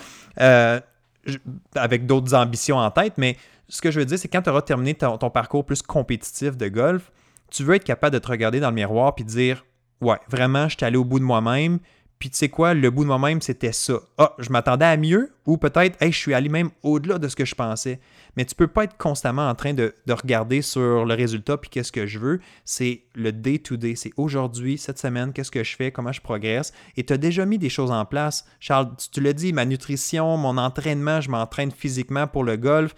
A: avec d'autres ambitions en tête, mais ce que je veux dire, c'est quand tu auras terminé ton parcours plus compétitif de golf, tu veux être capable de te regarder dans le miroir puis de dire « Ouais, vraiment, je suis allé au bout de moi-même, puis tu sais quoi, le bout de moi-même, c'était ça. Ah, je m'attendais à mieux, ou peut-être, hey, je suis allé même au-delà de ce que je pensais. » Mais tu ne peux pas être constamment en train de regarder sur le résultat puis qu'est-ce que je veux. C'est le day-to-day. C'est aujourd'hui, cette semaine, qu'est-ce que je fais, comment je progresse. Et tu as déjà mis des choses en place. Charles, tu l'as dit, ma nutrition, mon entraînement, je m'entraîne physiquement pour le golf.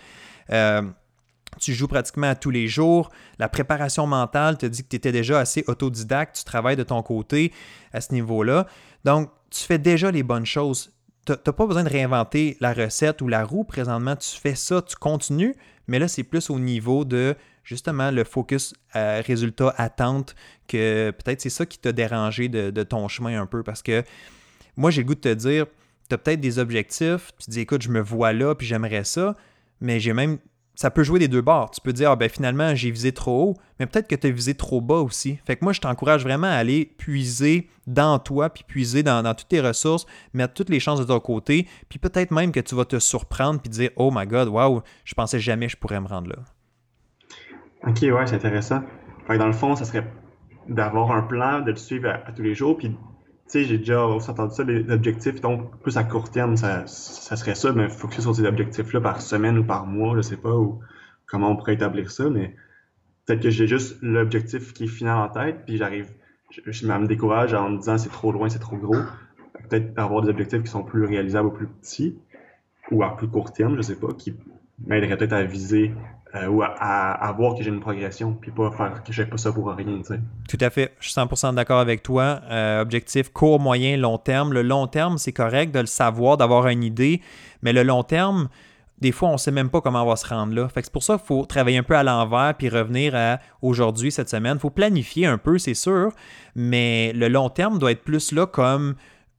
A: Tu joues pratiquement à tous les jours. La préparation mentale te dit que tu étais déjà assez autodidacte. Tu travailles de ton côté à ce niveau-là. Donc, tu fais déjà les bonnes choses. Tu n'as pas besoin de réinventer la recette ou la roue présentement. Tu fais ça, tu continues, mais là, c'est plus au niveau de, justement, le focus résultat attente que peut-être c'est ça qui t'a dérangé de ton chemin un peu. Parce que moi, j'ai le goût de te dire, tu as peut-être des objectifs, tu te dis, écoute, je me vois là, puis j'aimerais ça, mais ça peut jouer des deux bords. Tu peux dire, ah ben finalement, j'ai visé trop haut, mais peut-être que tu as visé trop bas aussi. Fait que moi, je t'encourage vraiment à aller puiser dans toi, puis puiser dans toutes tes ressources, mettre toutes les chances de ton côté, puis peut-être même que tu vas te surprendre, puis dire, oh my God, wow, je pensais jamais je pourrais me rendre là.
B: Ok, ouais, c'est intéressant. Fait que dans le fond, ça serait d'avoir un plan, de le suivre à tous les jours, puis tu sais, j'ai déjà aussi entendu ça, les objectifs, donc plus à court terme, ça serait ça, mais focus sur ces objectifs-là par semaine ou par mois, je sais pas, ou comment on pourrait établir ça, mais peut-être que j'ai juste l'objectif qui est final en tête, puis je me décourage en me disant c'est trop loin, c'est trop gros. Peut-être avoir des objectifs qui sont plus réalisables ou plus petits, ou à plus court terme, je sais pas, qui m'aideraient peut-être à viser ou à voir que j'ai une progression, puis pas faire que j'ai pas ça pour rien, tu sais.
A: Tout à fait. Je suis 100% d'accord avec toi. Objectif court, moyen, long terme. Le long terme, c'est correct de le savoir, d'avoir une idée, mais le long terme, des fois, on ne sait même pas comment on va se rendre là. Fait que c'est pour ça qu'il faut travailler un peu à l'envers puis revenir à aujourd'hui, cette semaine. Il faut planifier un peu, c'est sûr, mais le long terme doit être plus là comme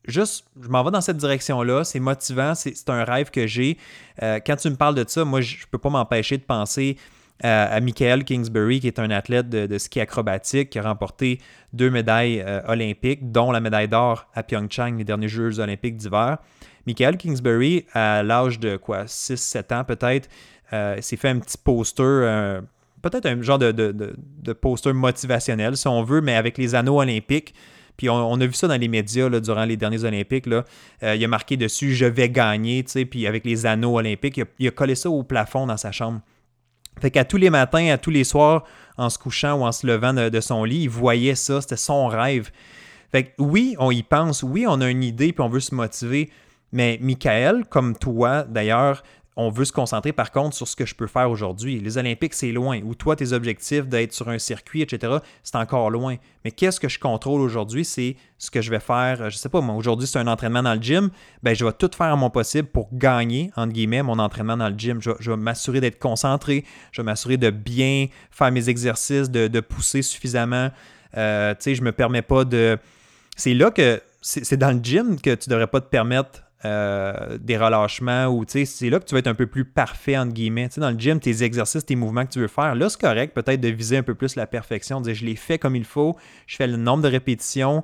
A: juste, je m'en vais dans cette direction-là, c'est motivant, c'est un rêve que j'ai. Quand tu me parles de ça, moi, je peux pas m'empêcher de penser à Michael Kingsbury, qui est un athlète de ski acrobatique, qui a remporté 2 médailles olympiques, dont la médaille d'or à Pyeongchang, les derniers Jeux olympiques d'hiver. Michael Kingsbury, à l'âge de 6-7 ans peut-être, s'est fait un petit poster, peut-être un genre de poster motivationnel, si on veut, mais avec les anneaux olympiques. Puis on a vu ça dans les médias là, durant les derniers Olympiques. Là. Il a marqué dessus « Je vais gagner », puis avec les anneaux olympiques, il a collé ça au plafond dans sa chambre. Fait qu'à tous les matins, à tous les soirs, en se couchant ou en se levant de son lit, il voyait ça, c'était son rêve. Fait que oui, on y pense, oui, on a une idée puis on veut se motiver, mais Michael, comme toi d'ailleurs, on veut se concentrer par contre sur ce que je peux faire aujourd'hui. Les Olympiques, c'est loin. Ou toi, tes objectifs d'être sur un circuit, etc., c'est encore loin. Mais qu'est-ce que je contrôle aujourd'hui? C'est ce que je vais faire. Je sais pas, moi, aujourd'hui, c'est un entraînement dans le gym. Ben, je vais tout faire à mon possible pour gagner, entre guillemets, mon entraînement dans le gym. Je vais m'assurer d'être concentré. Je vais m'assurer de bien faire mes exercices, de pousser suffisamment. Je me permets pas de... C'est là que... C'est dans le gym que tu devrais pas te permettre des relâchements ou c'est là que tu vas être un peu plus parfait entre guillemets. Dans le gym, tes exercices, tes mouvements que tu veux faire, là c'est correct peut-être de viser un peu plus la perfection, de dire je l'ai fait comme il faut, je fais le nombre de répétitions,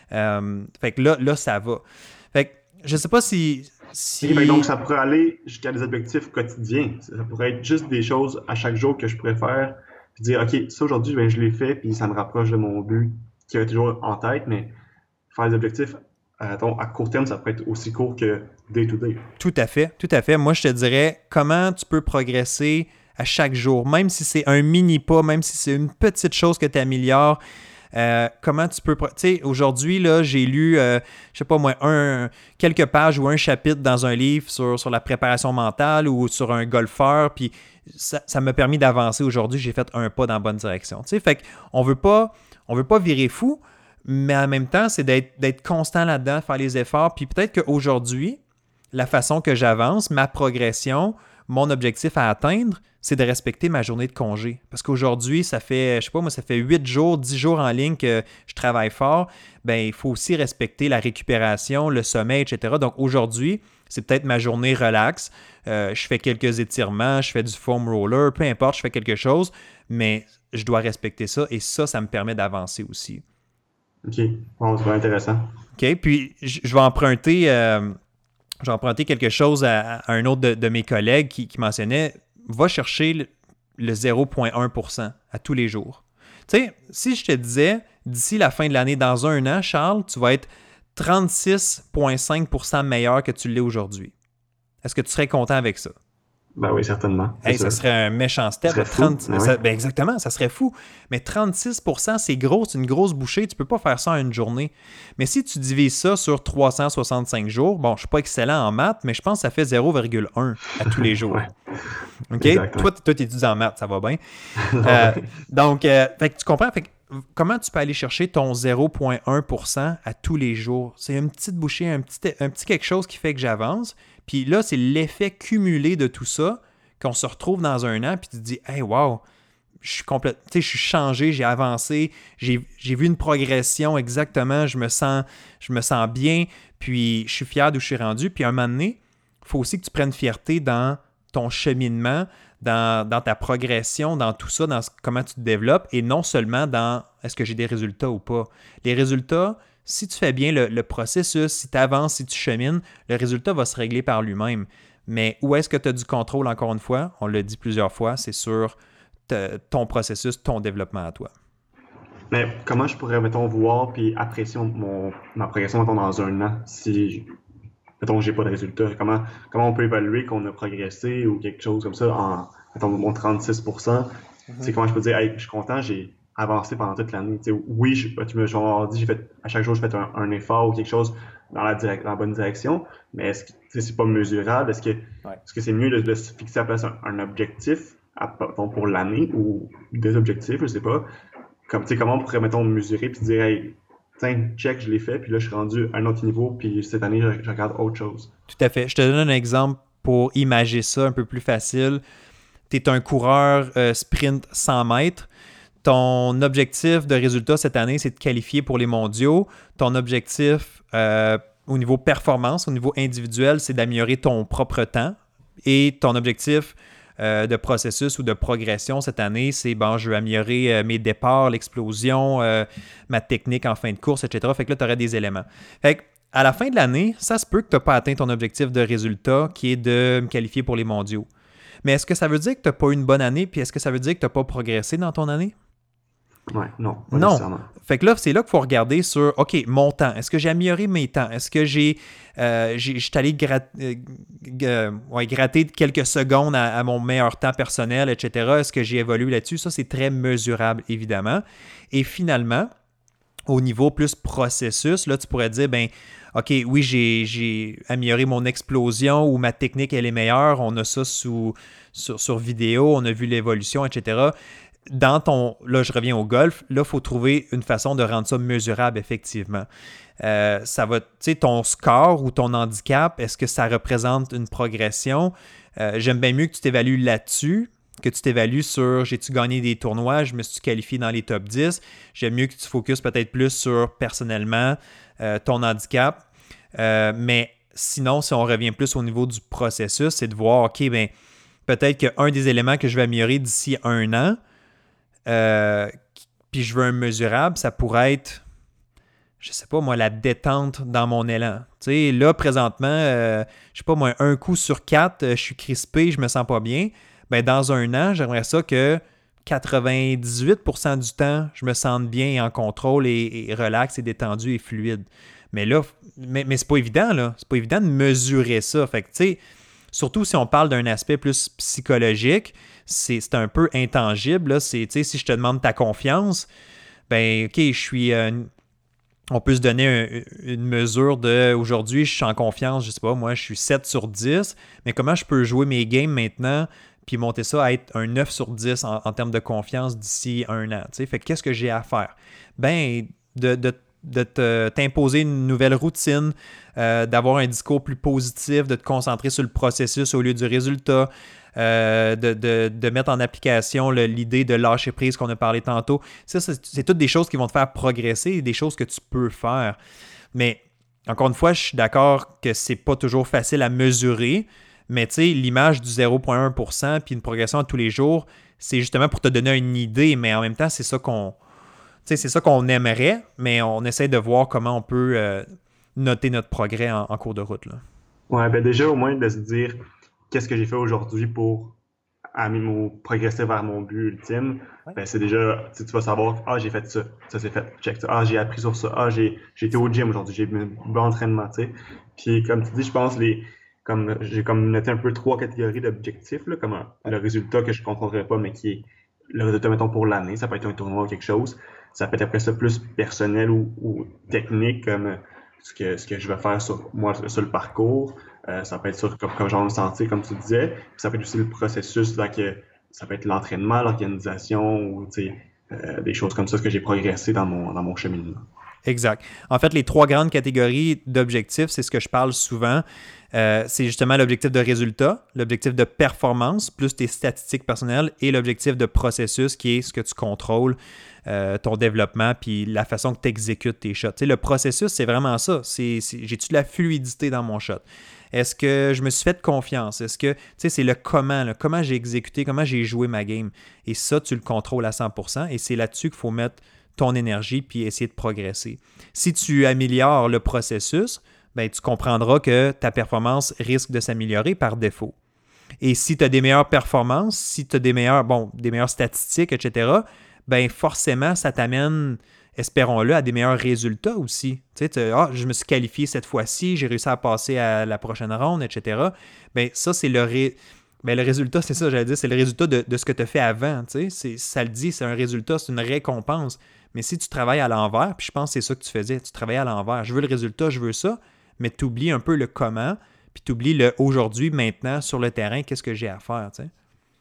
A: fait que là ça va. Fait que je sais pas si...
B: Okay, donc ça pourrait aller jusqu'à des objectifs quotidiens, ça pourrait être juste des choses à chaque jour que je pourrais faire, puis dire ok, ça aujourd'hui je l'ai fait, puis ça me rapproche de mon but qui est toujours en tête, mais faire des objectifs à court terme, ça peut être aussi court que day to day.
A: Tout à fait, tout à fait. Moi, je te dirais comment tu peux progresser à chaque jour, même si c'est un mini pas, même si c'est une petite chose que tu améliores. Comment tu peux... Tu sais, aujourd'hui, là, j'ai lu, je sais pas moi, quelques pages ou un chapitre dans un livre sur la préparation mentale ou sur un golfeur, puis ça m'a permis d'avancer aujourd'hui. J'ai fait un pas dans la bonne direction. Tu sais, fait qu'on veut pas virer fou, mais en même temps, c'est d'être constant là-dedans, faire les efforts. Puis peut-être qu'aujourd'hui, la façon que j'avance, ma progression, mon objectif à atteindre, c'est de respecter ma journée de congé. Parce qu'aujourd'hui, ça fait, je sais pas moi, ça fait 8 jours, 10 jours en ligne que je travaille fort. Bien, il faut aussi respecter la récupération, le sommeil, etc. Donc aujourd'hui, c'est peut-être ma journée relax. Je fais quelques étirements, je fais du foam roller, peu importe, je fais quelque chose, mais je dois respecter ça et ça me permet d'avancer aussi.
B: OK. Bon, c'est pas intéressant.
A: OK. Puis, je vais emprunter quelque chose à un autre de mes collègues qui mentionnait va chercher le 0,1% à tous les jours. Tu sais, si je te disais d'ici la fin de l'année, dans un an, Charles, tu vas être 36,5% meilleur que tu l'es aujourd'hui. Est-ce que tu serais content avec ça?
B: Ben oui, certainement.
A: Ça serait un méchant step.
B: Ça serait 30... fou,
A: ben exactement, ça serait fou. Mais 36%, c'est gros, c'est une grosse bouchée. Tu ne peux pas faire ça en une journée. Mais si tu divises ça sur 365 jours, bon, je ne suis pas excellent en maths, mais je pense que ça fait 0,1 à tous les jours.
B: Ouais.
A: OK? Exactement. Toi, tu étudies en maths, ça va bien. Donc, fait que tu comprends? Fait que, comment tu peux aller chercher ton 0,1% à tous les jours? C'est une petite bouchée, un petit quelque chose qui fait que j'avance. Puis là, c'est l'effet cumulé de tout ça qu'on se retrouve dans un an, puis tu te dis « Hey, wow, je suis changé, j'ai avancé, j'ai vu une progression exactement, je me sens bien, puis je suis fier d'où je suis rendu. » Puis à un moment donné, il faut aussi que tu prennes fierté dans ton cheminement, dans ta progression, dans tout ça, dans comment tu te développes, et non seulement dans est-ce que j'ai des résultats ou pas. Les résultats, si tu fais bien le processus, si tu avances, si tu chemines, le résultat va se régler par lui-même. Mais où est-ce que tu as du contrôle, encore une fois? On l'a dit plusieurs fois, c'est sur ton processus, ton développement à toi.
B: Mais comment je pourrais, mettons, voir puis apprécier ma progression, mettons, dans un an si, mettons, j'ai pas de résultat? Comment on peut évaluer qu'on a progressé ou quelque chose comme ça en, mettons, mon 36%? C'est comment je peux dire, hey, je suis content, j'ai avancé pendant toute l'année. Oui, tu m'as dit, à chaque jour, je fais un effort ou quelque chose dans la bonne direction, mais est-ce que c'est pas mesurable? Est-ce que c'est mieux de se fixer à place un objectif pour l'année ou des objectifs, je sais pas. Comment on pourrait, mettons, mesurer puis dire, hey, tiens, check, je l'ai fait, puis là, je suis rendu à un autre niveau, puis cette année, je regarde autre chose.
A: Tout à fait. Je te donne un exemple pour imager ça un peu plus facile. Tu es un coureur sprint 100 mètres. Ton objectif de résultat cette année, c'est de qualifier pour les mondiaux. Ton objectif au niveau performance, au niveau individuel, c'est d'améliorer ton propre temps. Et ton objectif de processus ou de progression cette année, c'est je veux améliorer mes départs, l'explosion, ma technique en fin de course, etc. Fait que là, tu aurais des éléments. Fait que, à la fin de l'année, ça se peut que tu n'as pas atteint ton objectif de résultat qui est de me qualifier pour les mondiaux. Mais est-ce que ça veut dire que tu n'as pas eu une bonne année, puis est-ce que ça veut dire que tu n'as pas progressé dans ton année?
B: Ouais, non, pas
A: Non.
B: nécessairement.
A: Fait que là, c'est là qu'il faut regarder sur, OK, mon temps. Est-ce que j'ai amélioré mes temps? Est-ce que je suis allé gratter quelques secondes à mon meilleur temps personnel, etc.? Est-ce que j'ai évolué là-dessus? Ça, c'est très mesurable, évidemment. Et finalement, au niveau plus processus, là, tu pourrais dire, OK, oui, j'ai amélioré mon explosion ou ma technique, elle est meilleure. On a ça sur vidéo, on a vu l'évolution, etc. Là, je reviens au golf, là, il faut trouver une façon de rendre ça mesurable, effectivement. Ça va, tu sais, ton score ou ton handicap, est-ce que ça représente une progression? J'aime bien mieux que tu t'évalues là-dessus, que tu t'évalues sur j'ai-tu gagné des tournois, je me suis qualifié dans les top 10. J'aime mieux que tu focuses peut-être plus sur, personnellement, ton handicap. Mais sinon, si on revient plus au niveau du processus, c'est de voir, OK, peut-être qu'un des éléments que je vais améliorer d'ici 1 an, puis je veux un mesurable, ça pourrait être, je sais pas moi, la détente dans mon élan. Tu sais, là, présentement, je sais pas moi, un coup sur 4, je suis crispé, je me sens pas bien. Dans 1 an, j'aimerais ça que 98% du temps, je me sente bien en contrôle et relax et détendu et fluide. Mais là, mais c'est pas évident, là. C'est pas évident de mesurer ça. Fait que, tu sais, surtout si on parle d'un aspect plus psychologique, c'est un peu intangible. Là. Si je te demande ta confiance, OK, je suis. On peut se donner une mesure de aujourd'hui, je suis en confiance, je sais pas, moi, je suis 7 sur 10, mais comment je peux jouer mes games maintenant puis monter ça à être un 9 sur 10 en termes de confiance d'ici 1 an. T'sais? Fait que qu'est-ce que j'ai à faire? De t'imposer une nouvelle routine, d'avoir un discours plus positif, de te concentrer sur le processus au lieu du résultat, de mettre en application l'idée de lâcher prise qu'on a parlé tantôt. Ça, c'est toutes des choses qui vont te faire progresser, des choses que tu peux faire. Mais encore une fois, je suis d'accord que c'est pas toujours facile à mesurer, mais tu sais, l'image du 0,1% puis une progression à tous les jours, c'est justement pour te donner une idée, mais en même temps, c'est ça qu'on aimerait, mais on essaie de voir comment on peut noter notre progrès en cours de route. Là.
B: Ouais, déjà, au moins de se dire qu'est-ce que j'ai fait aujourd'hui pour progresser vers mon but ultime. Ouais. C'est déjà, tu vas savoir, j'ai fait ça c'est fait, check ça, j'ai appris sur ça, j'ai été au gym aujourd'hui, j'ai eu un bon entraînement, tu sais. Puis comme tu dis, je pense j'ai noté un peu 3 catégories d'objectifs, là, comme le résultat que je ne contrôlerai pas, mais qui est le résultat, mettons, pour l'année. Ça peut être un tournoi ou quelque chose. Ça peut être après ça plus personnel ou technique, comme ce que je vais faire sur le parcours. Ça peut être sur comme je vais me sentir, comme tu disais. Puis ça peut être aussi le processus, là, ça peut être l'entraînement, l'organisation ou des choses comme ça, ce que j'ai progressé dans mon cheminement.
A: Exact. En fait, les 3 grandes catégories d'objectifs, c'est ce que je parle souvent. C'est justement l'objectif de résultat, l'objectif de performance, plus tes statistiques personnelles, et l'objectif de processus, qui est ce que tu contrôles, ton développement, puis la façon que tu exécutes tes shots. Tu sais, le processus, c'est vraiment ça. J'ai-tu de la fluidité dans mon shot? Est-ce que je me suis fait confiance? Est-ce que, tu sais, c'est le comment j'ai exécuté, comment j'ai joué ma game. Et ça, tu le contrôles à 100%, et c'est là-dessus qu'il faut mettre ton énergie puis essayer de progresser. Si tu améliores le processus, tu comprendras que ta performance risque de s'améliorer par défaut. Et si tu as des meilleures performances, si tu as des meilleures statistiques, etc., forcément, ça t'amène, espérons-le, à des meilleurs résultats aussi. Tu sais, je me suis qualifié cette fois-ci, j'ai réussi à passer à la prochaine ronde, etc. Ça, c'est le résultat, c'est ça, j'allais dire, c'est le résultat de ce que tu as fait avant. Tu sais, ça le dit, c'est un résultat, c'est une récompense. Mais si tu travailles à l'envers, puis je pense que c'est ça que tu faisais, tu travaillais à l'envers. Je veux le résultat, je veux ça, mais tu oublies un peu le comment, puis tu oublies le aujourd'hui, maintenant, sur le terrain, qu'est-ce que j'ai à faire, tu sais.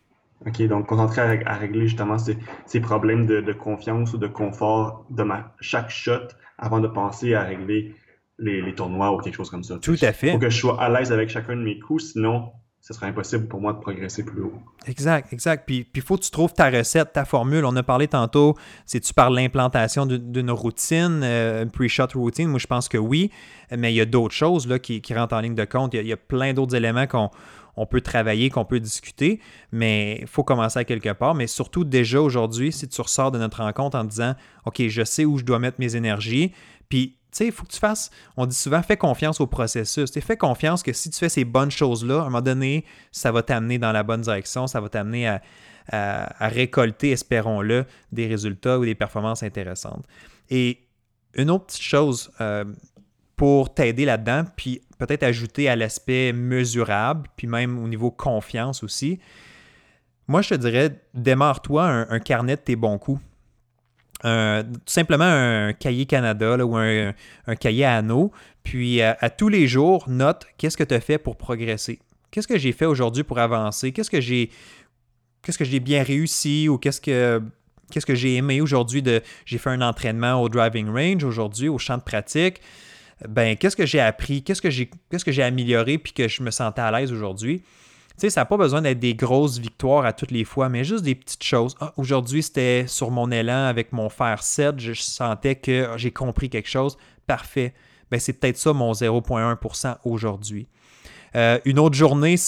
B: OK, donc concentrer à régler justement ces problèmes de confiance ou de confort de chaque shot avant de penser à régler les tournois ou quelque chose comme ça.
A: Tout à fait.
B: Il faut que je sois à l'aise avec chacun de mes coups, sinon ce serait impossible pour moi de progresser plus haut.
A: Exact. Puis il faut que tu trouves ta recette, ta formule. On a parlé tantôt, si tu parles de l'implantation d'une routine, une pre-shot routine, moi je pense que oui, mais il y a d'autres choses là, qui rentrent en ligne de compte. Il y a plein d'autres éléments qu'on peut travailler, qu'on peut discuter, mais il faut commencer à quelque part. Mais surtout, déjà aujourd'hui, si tu ressors de notre rencontre en disant « OK, je sais où je dois mettre mes énergies », puis tu sais, il faut que tu fasses, on dit souvent, fais confiance au processus. Fais confiance que si tu fais ces bonnes choses-là, à un moment donné, ça va t'amener dans la bonne direction, ça va t'amener à récolter, espérons-le, des résultats ou des performances intéressantes. Et une autre petite chose pour t'aider là-dedans, puis peut-être ajouter à l'aspect mesurable, puis même au niveau confiance aussi, moi, je te dirais, démarre-toi un carnet de tes bons coups. Tout simplement un cahier Canada là, ou un cahier à anneaux. Puis à tous les jours, note qu'est-ce que tu as fait pour progresser. Qu'est-ce que j'ai fait aujourd'hui pour avancer? Qu'est-ce que j'ai bien réussi ou qu'est-ce que j'ai aimé aujourd'hui? J'ai fait un entraînement au driving range aujourd'hui, au champ de pratique. Ben, qu'est-ce que j'ai appris? Qu'est-ce que j'ai amélioré puis que je me sentais à l'aise aujourd'hui? Tu sais, ça n'a pas besoin d'être des grosses victoires à toutes les fois, mais juste des petites choses. Ah, aujourd'hui, c'était sur mon élan avec mon fer 7, je sentais que j'ai compris quelque chose. Parfait. Ben, c'est peut-être ça mon 0,1% aujourd'hui. Une autre journée,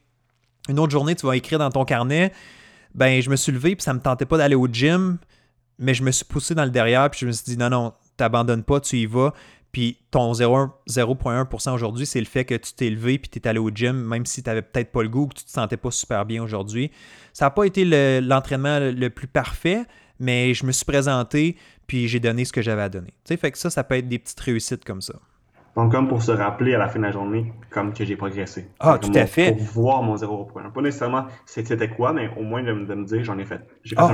A: tu vas écrire dans ton carnet, ben, je me suis levé puis ça ne me tentait pas d'aller au gym, mais je me suis poussé dans le derrière puis je me suis dit non, t'abandonnes pas, tu y vas. Puis ton 0,1% aujourd'hui, c'est le fait que tu t'es levé puis tu es allé au gym, même si tu n'avais peut-être pas le goût ou que tu ne te sentais pas super bien aujourd'hui. Ça n'a pas été l'entraînement le plus parfait, mais je me suis présenté puis j'ai donné ce que j'avais à donner. Tu sais, fait que ça peut être des petites réussites comme ça.
B: Donc, comme pour se rappeler à la fin de la journée, comme que j'ai progressé.
A: Ah, tout à fait.
B: Pour voir mon 0,1. Pas nécessairement c'était quoi, mais au moins de me dire j'ai fait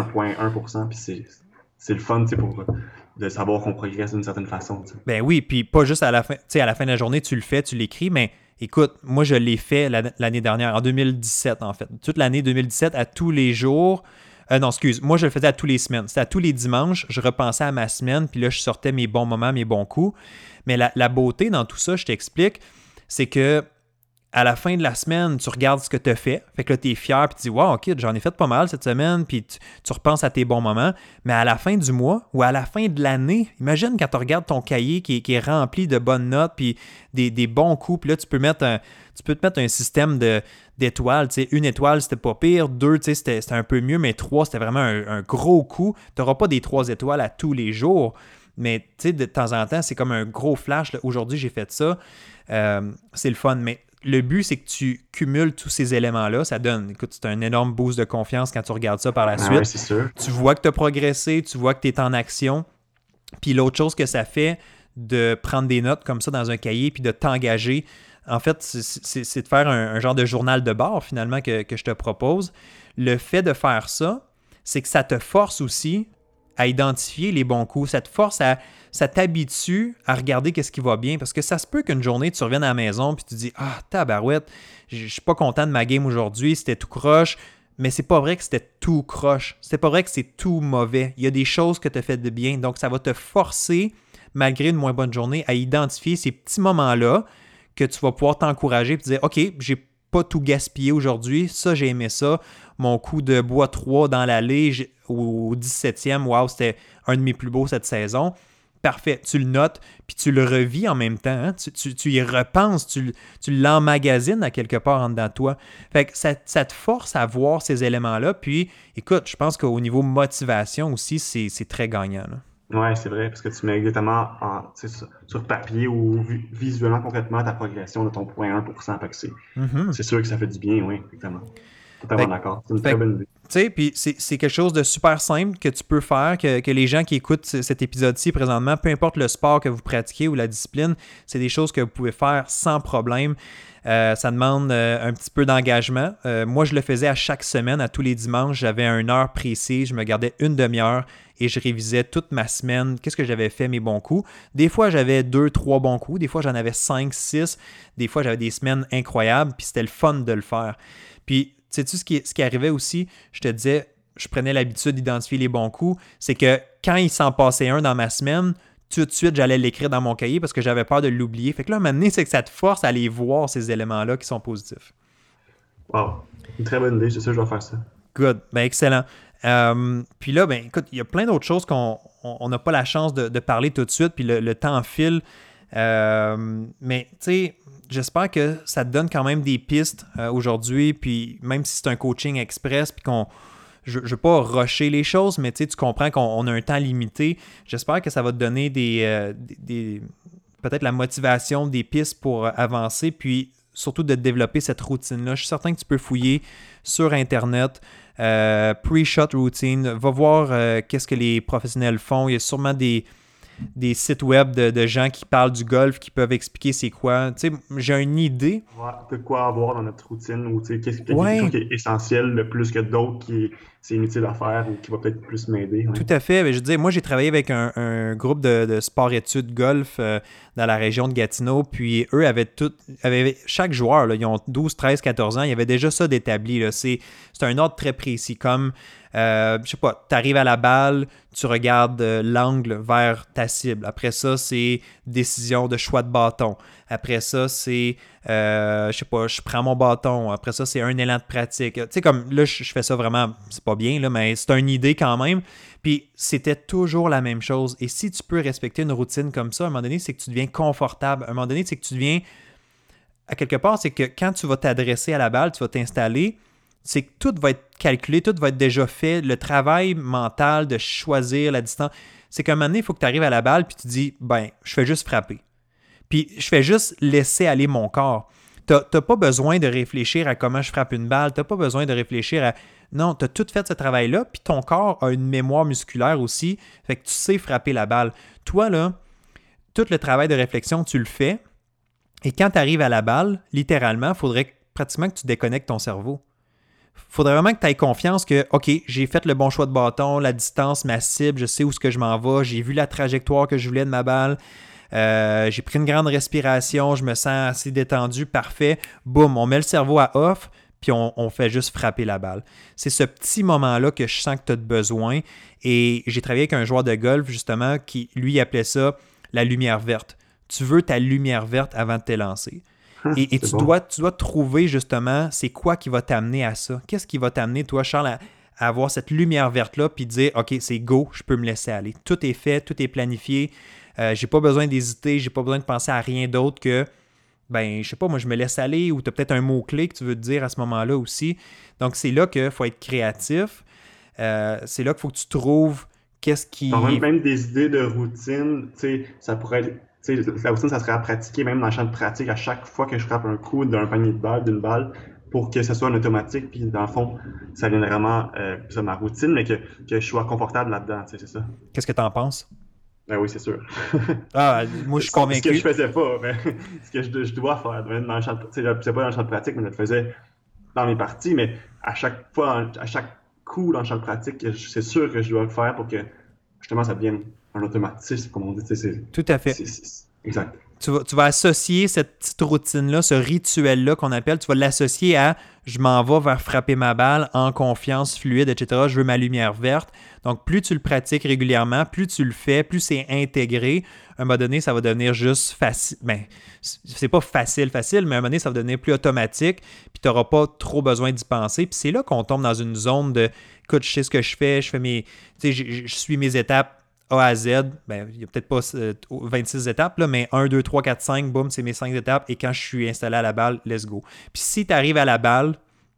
B: 1,1%, puis c'est le fun, tu sais, de savoir qu'on progresse d'une certaine façon. T'sais.
A: Ben oui, puis pas juste à la fin, tu sais, à la fin de la journée, tu le fais, tu l'écris, mais écoute, moi je l'ai fait l'année dernière, en 2017 en fait. Toute l'année 2017, à tous les jours. Moi je le faisais à tous les semaines. C'était à tous les dimanches, je repensais à ma semaine, puis là je sortais mes bons moments, mes bons coups. Mais la beauté dans tout ça, je t'explique, c'est que à la fin de la semaine, tu regardes ce que tu as fait. Fait que là, tu es fier, puis tu dis « Wow, OK, j'en ai fait pas mal cette semaine », puis tu repenses à tes bons moments. Mais à la fin du mois ou à la fin de l'année, imagine quand tu regardes ton cahier qui est rempli de bonnes notes, puis des bons coups, puis là, tu peux te mettre un système d'étoiles. Tu sais, 1 étoile, c'était pas pire. 2, tu sais, c'était un peu mieux, mais 3, c'était vraiment un gros coup. Tu n'auras pas des 3 étoiles à tous les jours. Mais tu sais, de temps en temps, c'est comme un gros flash. Là. Aujourd'hui, j'ai fait ça. C'est le fun. Mais le but, c'est que tu cumules tous ces éléments-là. Ça donne, écoute, c'est un énorme boost de confiance quand tu regardes ça par la suite.
B: Ouais, c'est sûr.
A: Tu vois que tu as progressé, tu vois que tu es en action. Puis l'autre chose que ça fait de prendre des notes comme ça dans un cahier puis de t'engager, en fait, c'est de faire un genre de journal de bord finalement que je te propose. Le fait de faire ça, c'est que ça te force aussi à identifier les bons coups. Ça t'habitue à regarder qu'est-ce qui va bien parce que ça se peut qu'une journée, tu reviennes à la maison puis tu te dis « Ah, tabarouette, je suis pas content de ma game aujourd'hui, c'était tout croche. » Mais c'est pas vrai que c'était tout croche. C'est pas vrai que c'est tout mauvais. Il y a des choses que tu as fait de bien. Donc, ça va te forcer, malgré une moins bonne journée, à identifier ces petits moments-là que tu vas pouvoir t'encourager et te dire « OK, j'ai pas tout gaspillé aujourd'hui. Ça, j'ai aimé ça. Mon coup de bois 3 dans l'allée au 17e, wow, c'était un de mes plus beaux cette saison. » Parfait, tu le notes, puis tu le revis en même temps. Hein? Tu y repenses, tu l'emmagasines à quelque part en dedans de toi. Fait que ça te force à voir ces éléments-là. Puis, écoute, je pense qu'au niveau motivation aussi, c'est très gagnant.
B: Oui, c'est vrai, parce que tu mets exactement sur papier ou visuellement, concrètement, ta progression de ton 0,1%. Fait que c'est sûr que ça fait du bien, oui, exactement. Totalement d'accord. C'est une très bonne idée.
A: Tu sais, puis c'est quelque chose de super simple que tu peux faire, que les gens qui écoutent cet épisode-ci présentement, peu importe le sport que vous pratiquez ou la discipline, c'est des choses que vous pouvez faire sans problème. Ça demande un petit peu d'engagement. Moi, je le faisais à chaque semaine, à tous les dimanches. J'avais une heure précise, je me gardais une demi-heure et je révisais toute ma semaine. Qu'est-ce que j'avais fait, mes bons coups? Des fois, j'avais 2, 3 bons coups. Des fois, j'en avais 5, 6. Des fois, j'avais des semaines incroyables. Puis c'était le fun de le faire. Puis, sais-tu ce qui arrivait aussi? Je te disais, je prenais l'habitude d'identifier les bons coups. C'est que quand il s'en passait un dans ma semaine, tout de suite, j'allais l'écrire dans mon cahier parce que j'avais peur de l'oublier. Fait que là, maintenant, c'est que ça te force à aller voir ces éléments-là qui sont positifs.
B: Wow. Une très bonne idée, c'est sûr, je vais faire ça.
A: Good. Ben, excellent. Puis là, ben, écoute, il y a plein d'autres choses qu'on n'a pas la chance de parler tout de suite, puis le temps file. Mais, tu sais, j'espère que ça te donne quand même des pistes aujourd'hui, puis même si c'est un coaching express, puis je ne veux pas rusher les choses, mais tu comprends qu'on a un temps limité. J'espère que ça va te donner peut-être la motivation, des pistes pour avancer, puis surtout de développer cette routine-là. Je suis certain que tu peux fouiller sur Internet, pre-shot routine, va voir qu'est-ce que les professionnels font. Il y a sûrement des sites web de gens qui parlent du golf qui peuvent expliquer c'est quoi. Tu sais, j'ai une idée.
B: De quoi avoir dans notre routine ou quelque chose
A: Ouais,
B: qui est essentiel plus que d'autres qui c'est inutile à faire ou qui va peut-être plus m'aider. Ouais.
A: tout à fait. Je veux dire, moi, j'ai travaillé avec un groupe de sport-études golf dans la région de Gatineau. Puis eux chaque joueur, là, ils ont 12, 13, 14 ans, il y avait déjà ça d'établi. C'est un ordre très précis. Comme, je sais pas, tu arrives à la balle, tu regardes l'angle vers ta cible. Après ça, c'est décision de choix de bâton. Après ça, c'est, je sais pas, je prends mon bâton. Après ça, c'est un élan de pratique. Tu sais, comme là, je fais ça vraiment, c'est pas bien, là, mais c'est une idée quand même. Puis c'était toujours la même chose. Et si tu peux respecter une routine comme ça, à un moment donné, c'est que tu deviens confortable. À un moment donné, c'est que tu deviens, à quelque part, c'est que quand tu vas t'adresser à la balle, tu vas t'installer, c'est que tout va être calculé, tout va être déjà fait. Le travail mental de choisir la distance, c'est qu'à un moment donné, il faut que tu arrives à la balle puis tu dis, ben, je fais juste frapper. Puis je fais juste laisser aller mon corps. T'as pas besoin de réfléchir à comment je frappe une balle. T'as pas besoin de réfléchir à... Non, t'as tout fait ce travail-là, puis ton corps a une mémoire musculaire aussi, fait que tu sais frapper la balle. Toi, là, tout le travail de réflexion, tu le fais, et quand tu arrives à la balle, littéralement, il faudrait pratiquement que tu déconnectes ton cerveau. Il faudrait vraiment que tu aies confiance que, OK, j'ai fait le bon choix de bâton, la distance, ma cible, je sais où est-ce que je m'en vais, j'ai vu la trajectoire que je voulais de ma balle, j'ai pris une grande respiration, je me sens assez détendu, parfait. Boum, on met le cerveau à off, puis on fait juste frapper la balle. C'est ce petit moment-là que je sens que tu as besoin. Et j'ai travaillé avec un joueur de golf, justement, qui, lui, appelait ça la lumière verte. Tu veux ta lumière verte avant de t'élancer. Et
B: C'est bon.
A: tu dois trouver, justement, c'est quoi qui va t'amener à ça. Qu'est-ce qui va t'amener, toi, Charles, à avoir cette lumière verte-là, puis dire, OK, c'est go, je peux me laisser aller. Tout est fait, tout est planifié. J'ai pas besoin d'hésiter, j'ai pas besoin de penser à rien d'autre que, ben, je sais pas, moi, je me laisse aller ou tu as peut-être un mot-clé que tu veux te dire à ce moment-là aussi. Donc, c'est là qu'il faut être créatif. C'est là qu'il faut que tu trouves qu'est-ce
B: Genre
A: qui...
B: même des idées de routine, tu sais, ça pourrait être, tu sais, la routine, ça serait à pratiquer même dans le champ de pratique à chaque fois que je frappe un coup d'un panier de balle, d'une balle, pour que ce soit en automatique, puis dans le fond, ça vienne vraiment, ça ma routine, mais que je sois confortable là-dedans, tu sais, c'est ça.
A: Qu'est-ce que tu en penses?
B: Ben oui, c'est sûr.
A: Ah, moi, je suis
B: Ce que je
A: convaincu.
B: faisais pas, mais ce que je dois faire, même dans le champ de, tu sais, je le faisais pas dans le champ de pratique, mais je le faisais dans mes parties, mais à chaque fois, à chaque coup dans le champ de pratique, c'est sûr que je dois le faire pour que justement ça devienne un automatisme, comme on dit. Tu sais,
A: Tout à fait.
B: exact.
A: Tu vas associer cette petite routine-là, ce rituel-là qu'on appelle, tu vas l'associer à je m'en vais vers frapper ma balle en confiance, fluide, etc. Je veux ma lumière verte. Donc, plus tu le pratiques régulièrement, plus tu le fais, plus c'est intégré. À un moment donné, ça va devenir juste facile. Ben, c'est pas facile, mais à un moment donné, ça va devenir plus automatique. Puis, tu n'auras pas trop besoin d'y penser. Puis, c'est là qu'on tombe dans une zone de écoute, je sais ce que je fais mes. Tu sais, je suis mes étapes a à Z, ben, il n'y a peut-être pas 26 étapes, là, mais 1, 2, 3, 4, 5, boum, c'est mes 5 étapes. Et quand je suis installé à la balle, let's go. Puis si tu arrives à la balle,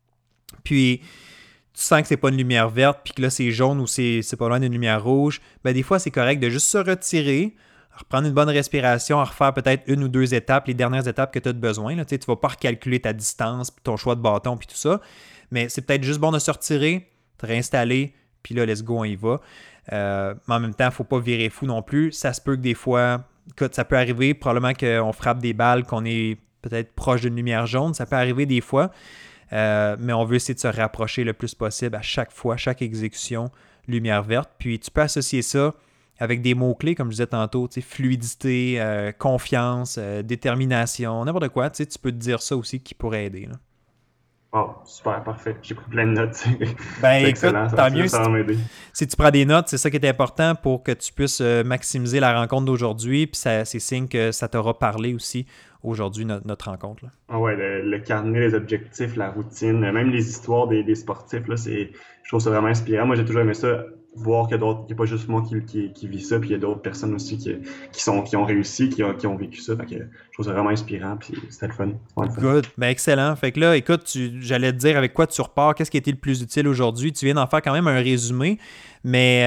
A: puis tu sens que c'est pas une lumière verte, puis que là c'est jaune ou c'est pas loin d'une lumière rouge, ben des fois c'est correct de juste se retirer, reprendre une bonne respiration, refaire peut-être une ou deux étapes, les dernières étapes que tu as besoin. Là. Tu ne vas pas recalculer ta distance, ton choix de bâton, puis tout ça. Mais c'est peut-être juste bon de se retirer, te réinstaller, puis là, let's go, on y va. Mais en même temps, il ne faut pas virer fou non plus. Ça se peut que des fois, ça peut arriver, probablement qu'on frappe des balles, qu'on est peut-être proche d'une lumière jaune. Ça peut arriver des fois, mais on veut essayer de se rapprocher le plus possible à chaque fois, chaque exécution, lumière verte. Puis tu peux associer ça avec des mots-clés, comme je disais tantôt, fluidité, confiance, détermination, n'importe quoi. Tu peux te dire ça aussi qui pourrait aider. Là.
B: Oh, super, parfait. J'ai pris plein de notes.
A: Ben
B: C'est
A: écoute,
B: excellent,
A: tant
B: c'est
A: mieux
B: sûr que ça va m'aider.
A: si tu prends des notes, c'est ça qui est important pour que tu puisses maximiser la rencontre d'aujourd'hui, puis c'est signe que ça t'aura parlé aussi aujourd'hui, notre rencontre, là.
B: Ah ouais, le carnet, les objectifs, la routine, même les histoires des sportifs, là, je trouve ça vraiment inspirant. Moi, j'ai toujours aimé ça, voir qu'il y a pas juste moi qui vis ça, puis il y a d'autres personnes aussi qui ont réussi, qui ont vécu ça. Fait que je trouve ça vraiment inspirant, puis c'était le fun. C'était le fun.
A: Good. Ben excellent. Fait que là, écoute, j'allais te dire avec quoi tu repars, qu'est-ce qui a été le plus utile aujourd'hui. Tu viens d'en faire quand même un résumé, mais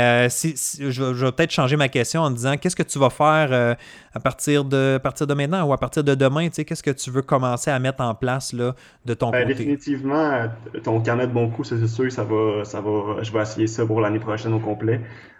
A: je vais peut-être changer ma question en disant qu'est-ce que tu vas faire à partir de maintenant ou à partir de demain, tu sais, qu'est-ce que tu veux commencer à mettre en place là, de ton
B: Ben,
A: côté?
B: définitivement, ton carnet de bons coups, c'est sûr, je vais essayer ça pour l'année prochaine au complet.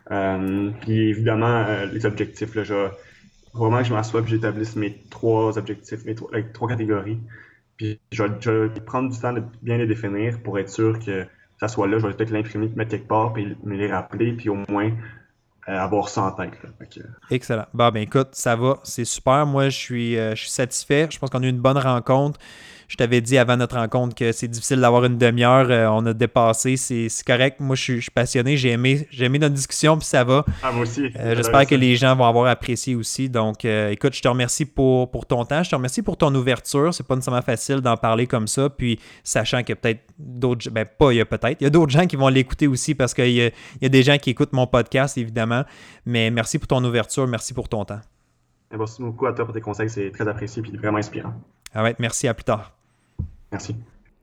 B: Puis évidemment, les objectifs, là, vraiment que je m'assoie et j'établisse mes trois objectifs, avec trois catégories. Puis je vais prendre du temps de bien les définir pour être sûr que ça soit là. Je vais peut-être l'imprimer, le mettre quelque part, puis me les rappeler, puis au moins avoir ça en tête, là. Fait que,
A: Excellent. Bon, ben écoute, ça va, c'est super. Moi, je suis satisfait. Je pense qu'on a eu une bonne rencontre. Je t'avais dit avant notre rencontre que c'est difficile d'avoir une demi-heure. On a dépassé. C'est correct. Moi, je suis passionné. J'ai aimé notre discussion, puis ça va.
B: moi aussi, j'adorais
A: J'espère que
B: ça.
A: les gens vont avoir apprécié aussi. Donc, écoute, je te remercie pour ton temps. Je te remercie pour ton ouverture. C'est pas nécessairement facile d'en parler comme ça. Puis, sachant qu'il y a peut-être d'autres... Ben, pas il y a peut-être. Il y a d'autres gens qui vont l'écouter aussi parce qu'il y a des gens qui écoutent mon podcast, évidemment. Mais merci pour ton ouverture. Merci pour ton temps.
B: Merci beaucoup à toi pour tes conseils. C'est très apprécié et vraiment inspirant.
A: Ah ouais, merci. À plus tard.
B: Merci.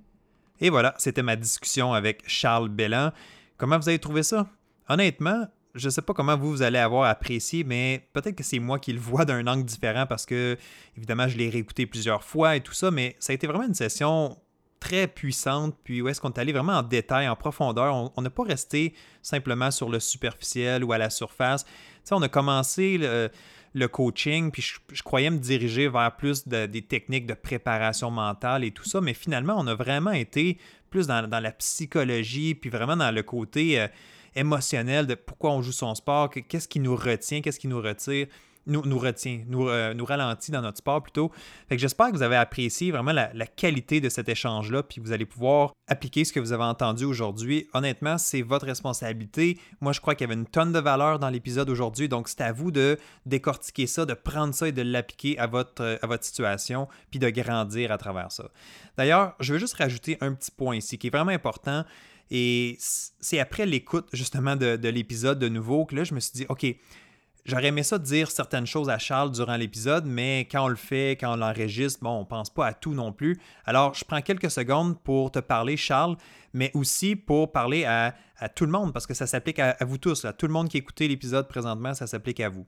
A: Et voilà, c'était ma discussion avec Charles Belland. Comment vous avez trouvé ça? Honnêtement, je ne sais pas comment vous allez avoir apprécié, mais peut-être que c'est moi qui le vois d'un angle différent parce que, évidemment, je l'ai réécouté plusieurs fois et tout ça, mais ça a été vraiment une session très puissante, puis où est-ce qu'on est allé vraiment en détail, en profondeur. On n'a pas resté simplement sur le superficiel ou à la surface. Tu sais, on a commencé le coaching, puis je croyais me diriger vers plus des techniques de préparation mentale et tout ça, mais finalement, on a vraiment été plus dans la psychologie, puis vraiment dans le côté émotionnel de pourquoi on joue son sport, qu'est-ce qui nous retient, qu'est-ce qui nous retire, nous retient, nous ralentit dans notre sport plutôt. Fait que j'espère que vous avez apprécié vraiment la qualité de cet échange-là, puis vous allez pouvoir appliquer ce que vous avez entendu aujourd'hui. Honnêtement, c'est votre responsabilité. Moi, je crois qu'il y avait une tonne de valeur dans l'épisode aujourd'hui, donc c'est à vous de décortiquer ça, de prendre ça et de l'appliquer à votre situation, puis de grandir à travers ça. D'ailleurs, je veux juste rajouter un petit point ici qui est vraiment important. Et c'est après l'écoute justement de l'épisode de nouveau que là, je me suis dit, OK, j'aurais aimé ça dire certaines choses à Charles durant l'épisode, mais quand on le fait, quand on l'enregistre, bon, on ne pense pas à tout non plus. Alors, je prends quelques secondes pour te parler, Charles, mais aussi pour parler à tout le monde, parce que ça s'applique à vous tous. Là. Tout le monde qui écoutait l'épisode présentement, ça s'applique à vous.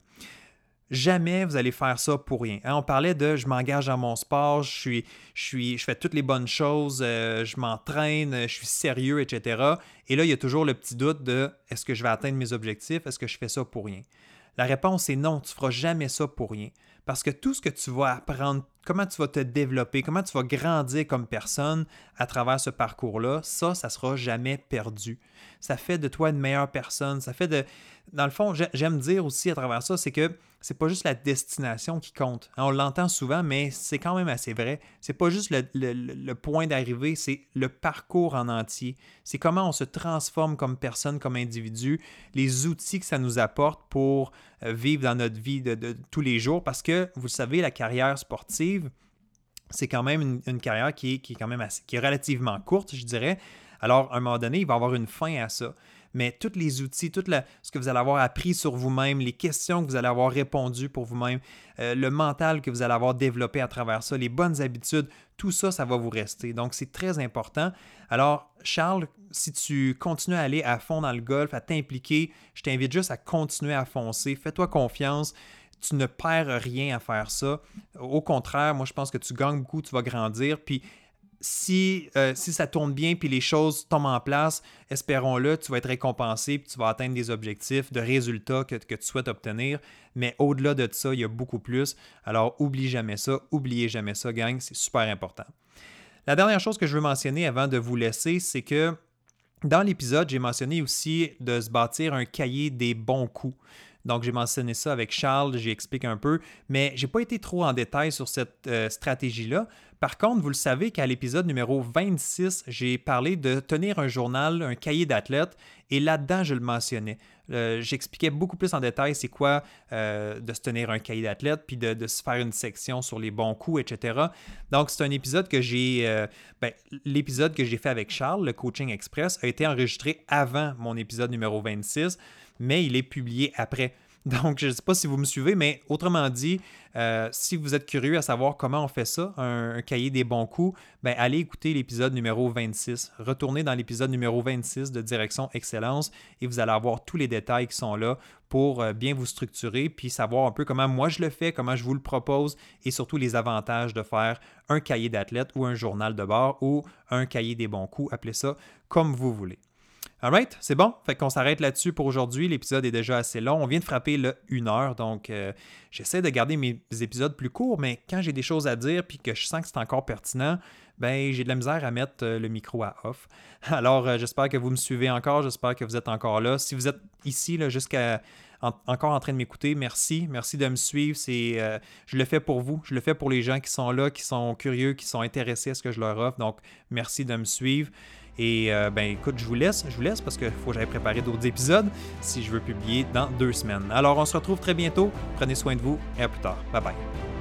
A: Jamais vous allez faire ça pour rien. Hein, on parlait de je m'engage dans mon sport, je fais toutes les bonnes choses, je m'entraîne, je suis sérieux, etc. Et là, il y a toujours le petit doute de est-ce que je vais atteindre mes objectifs, est-ce que je fais ça pour rien? La réponse est non, tu ne feras jamais ça pour rien. Parce que tout ce que tu vas apprendre, comment tu vas te développer, comment tu vas grandir comme personne à travers ce parcours-là, ça ne sera jamais perdu. Ça fait de toi une meilleure personne. Ça fait de. Dans le fond, j'aime dire aussi à travers ça, c'est que c'est pas juste la destination qui compte. On l'entend souvent, mais c'est quand même assez vrai. C'est pas juste le point d'arrivée, c'est le parcours en entier. C'est comment on se transforme comme personne, comme individu, les outils que ça nous apporte pour vivre dans notre vie de tous les jours. Parce que, vous le savez, la carrière sportive, c'est quand même une carrière qui est quand même qui est relativement courte, je dirais. Alors, à un moment donné, il va y avoir une fin à ça. Mais tous les outils, ce que vous allez avoir appris sur vous-même, les questions que vous allez avoir répondues pour vous-même, le mental que vous allez avoir développé à travers ça, les bonnes habitudes, tout ça, ça va vous rester. Donc, c'est très important. Alors, Charles, si tu continues à aller à fond dans le golf, à t'impliquer, je t'invite juste à continuer à foncer. Fais-toi confiance. Tu ne perds rien à faire ça. Au contraire, moi, je pense que tu gagnes beaucoup, tu vas grandir. Puis, si ça tourne bien puis les choses tombent en place, espérons-le, tu vas être récompensé puis tu vas atteindre des objectifs de résultats que tu souhaites obtenir. Mais au-delà de ça, il y a beaucoup plus. Alors, oubliez jamais ça, gang, c'est super important. La dernière chose que je veux mentionner avant de vous laisser, c'est que dans l'épisode, j'ai mentionné aussi de se bâtir un cahier des bons coups. Donc, j'ai mentionné ça avec Charles, j'y explique un peu, mais je n'ai pas été trop en détail sur cette stratégie-là. Par contre, vous le savez qu'à l'épisode numéro 26, j'ai parlé de tenir un journal, un cahier d'athlète, et là-dedans, je le mentionnais. J'expliquais beaucoup plus en détail c'est quoi de se tenir un cahier d'athlète, puis de se faire une section sur les bons coups, etc. Donc, c'est un épisode que l'épisode que j'ai fait avec Charles, le Coaching Express, a été enregistré avant mon épisode numéro 26, mais il est publié après. Donc, je ne sais pas si vous me suivez, mais autrement dit, si vous êtes curieux à savoir comment on fait ça, un cahier des bons coups, ben, allez écouter l'épisode numéro 26. Retournez dans l'épisode numéro 26 de Direction Excellence et vous allez avoir tous les détails qui sont là pour bien vous structurer puis savoir un peu comment moi je le fais, comment je vous le propose et surtout les avantages de faire un cahier d'athlète ou un journal de bord ou un cahier des bons coups, appelez ça comme vous voulez. Alright, c'est bon. Fait qu'on s'arrête là-dessus pour aujourd'hui. L'épisode est déjà assez long. On vient de frapper le 1 heure, donc j'essaie de garder mes épisodes plus courts, mais quand j'ai des choses à dire puis que je sens que c'est encore pertinent, ben j'ai de la misère à mettre le micro à off. Alors, j'espère que vous me suivez encore. J'espère que vous êtes encore là. Si vous êtes ici là, encore en train de m'écouter, merci. Merci de me suivre. Je le fais pour vous. Je le fais pour les gens qui sont là, qui sont curieux, qui sont intéressés à ce que je leur offre. Donc, merci de me suivre. Et écoute, je vous laisse parce qu'il faut que j'aille préparer d'autres épisodes si je veux publier dans 2 semaines. Alors, on se retrouve très bientôt. Prenez soin de vous et à plus tard. Bye bye.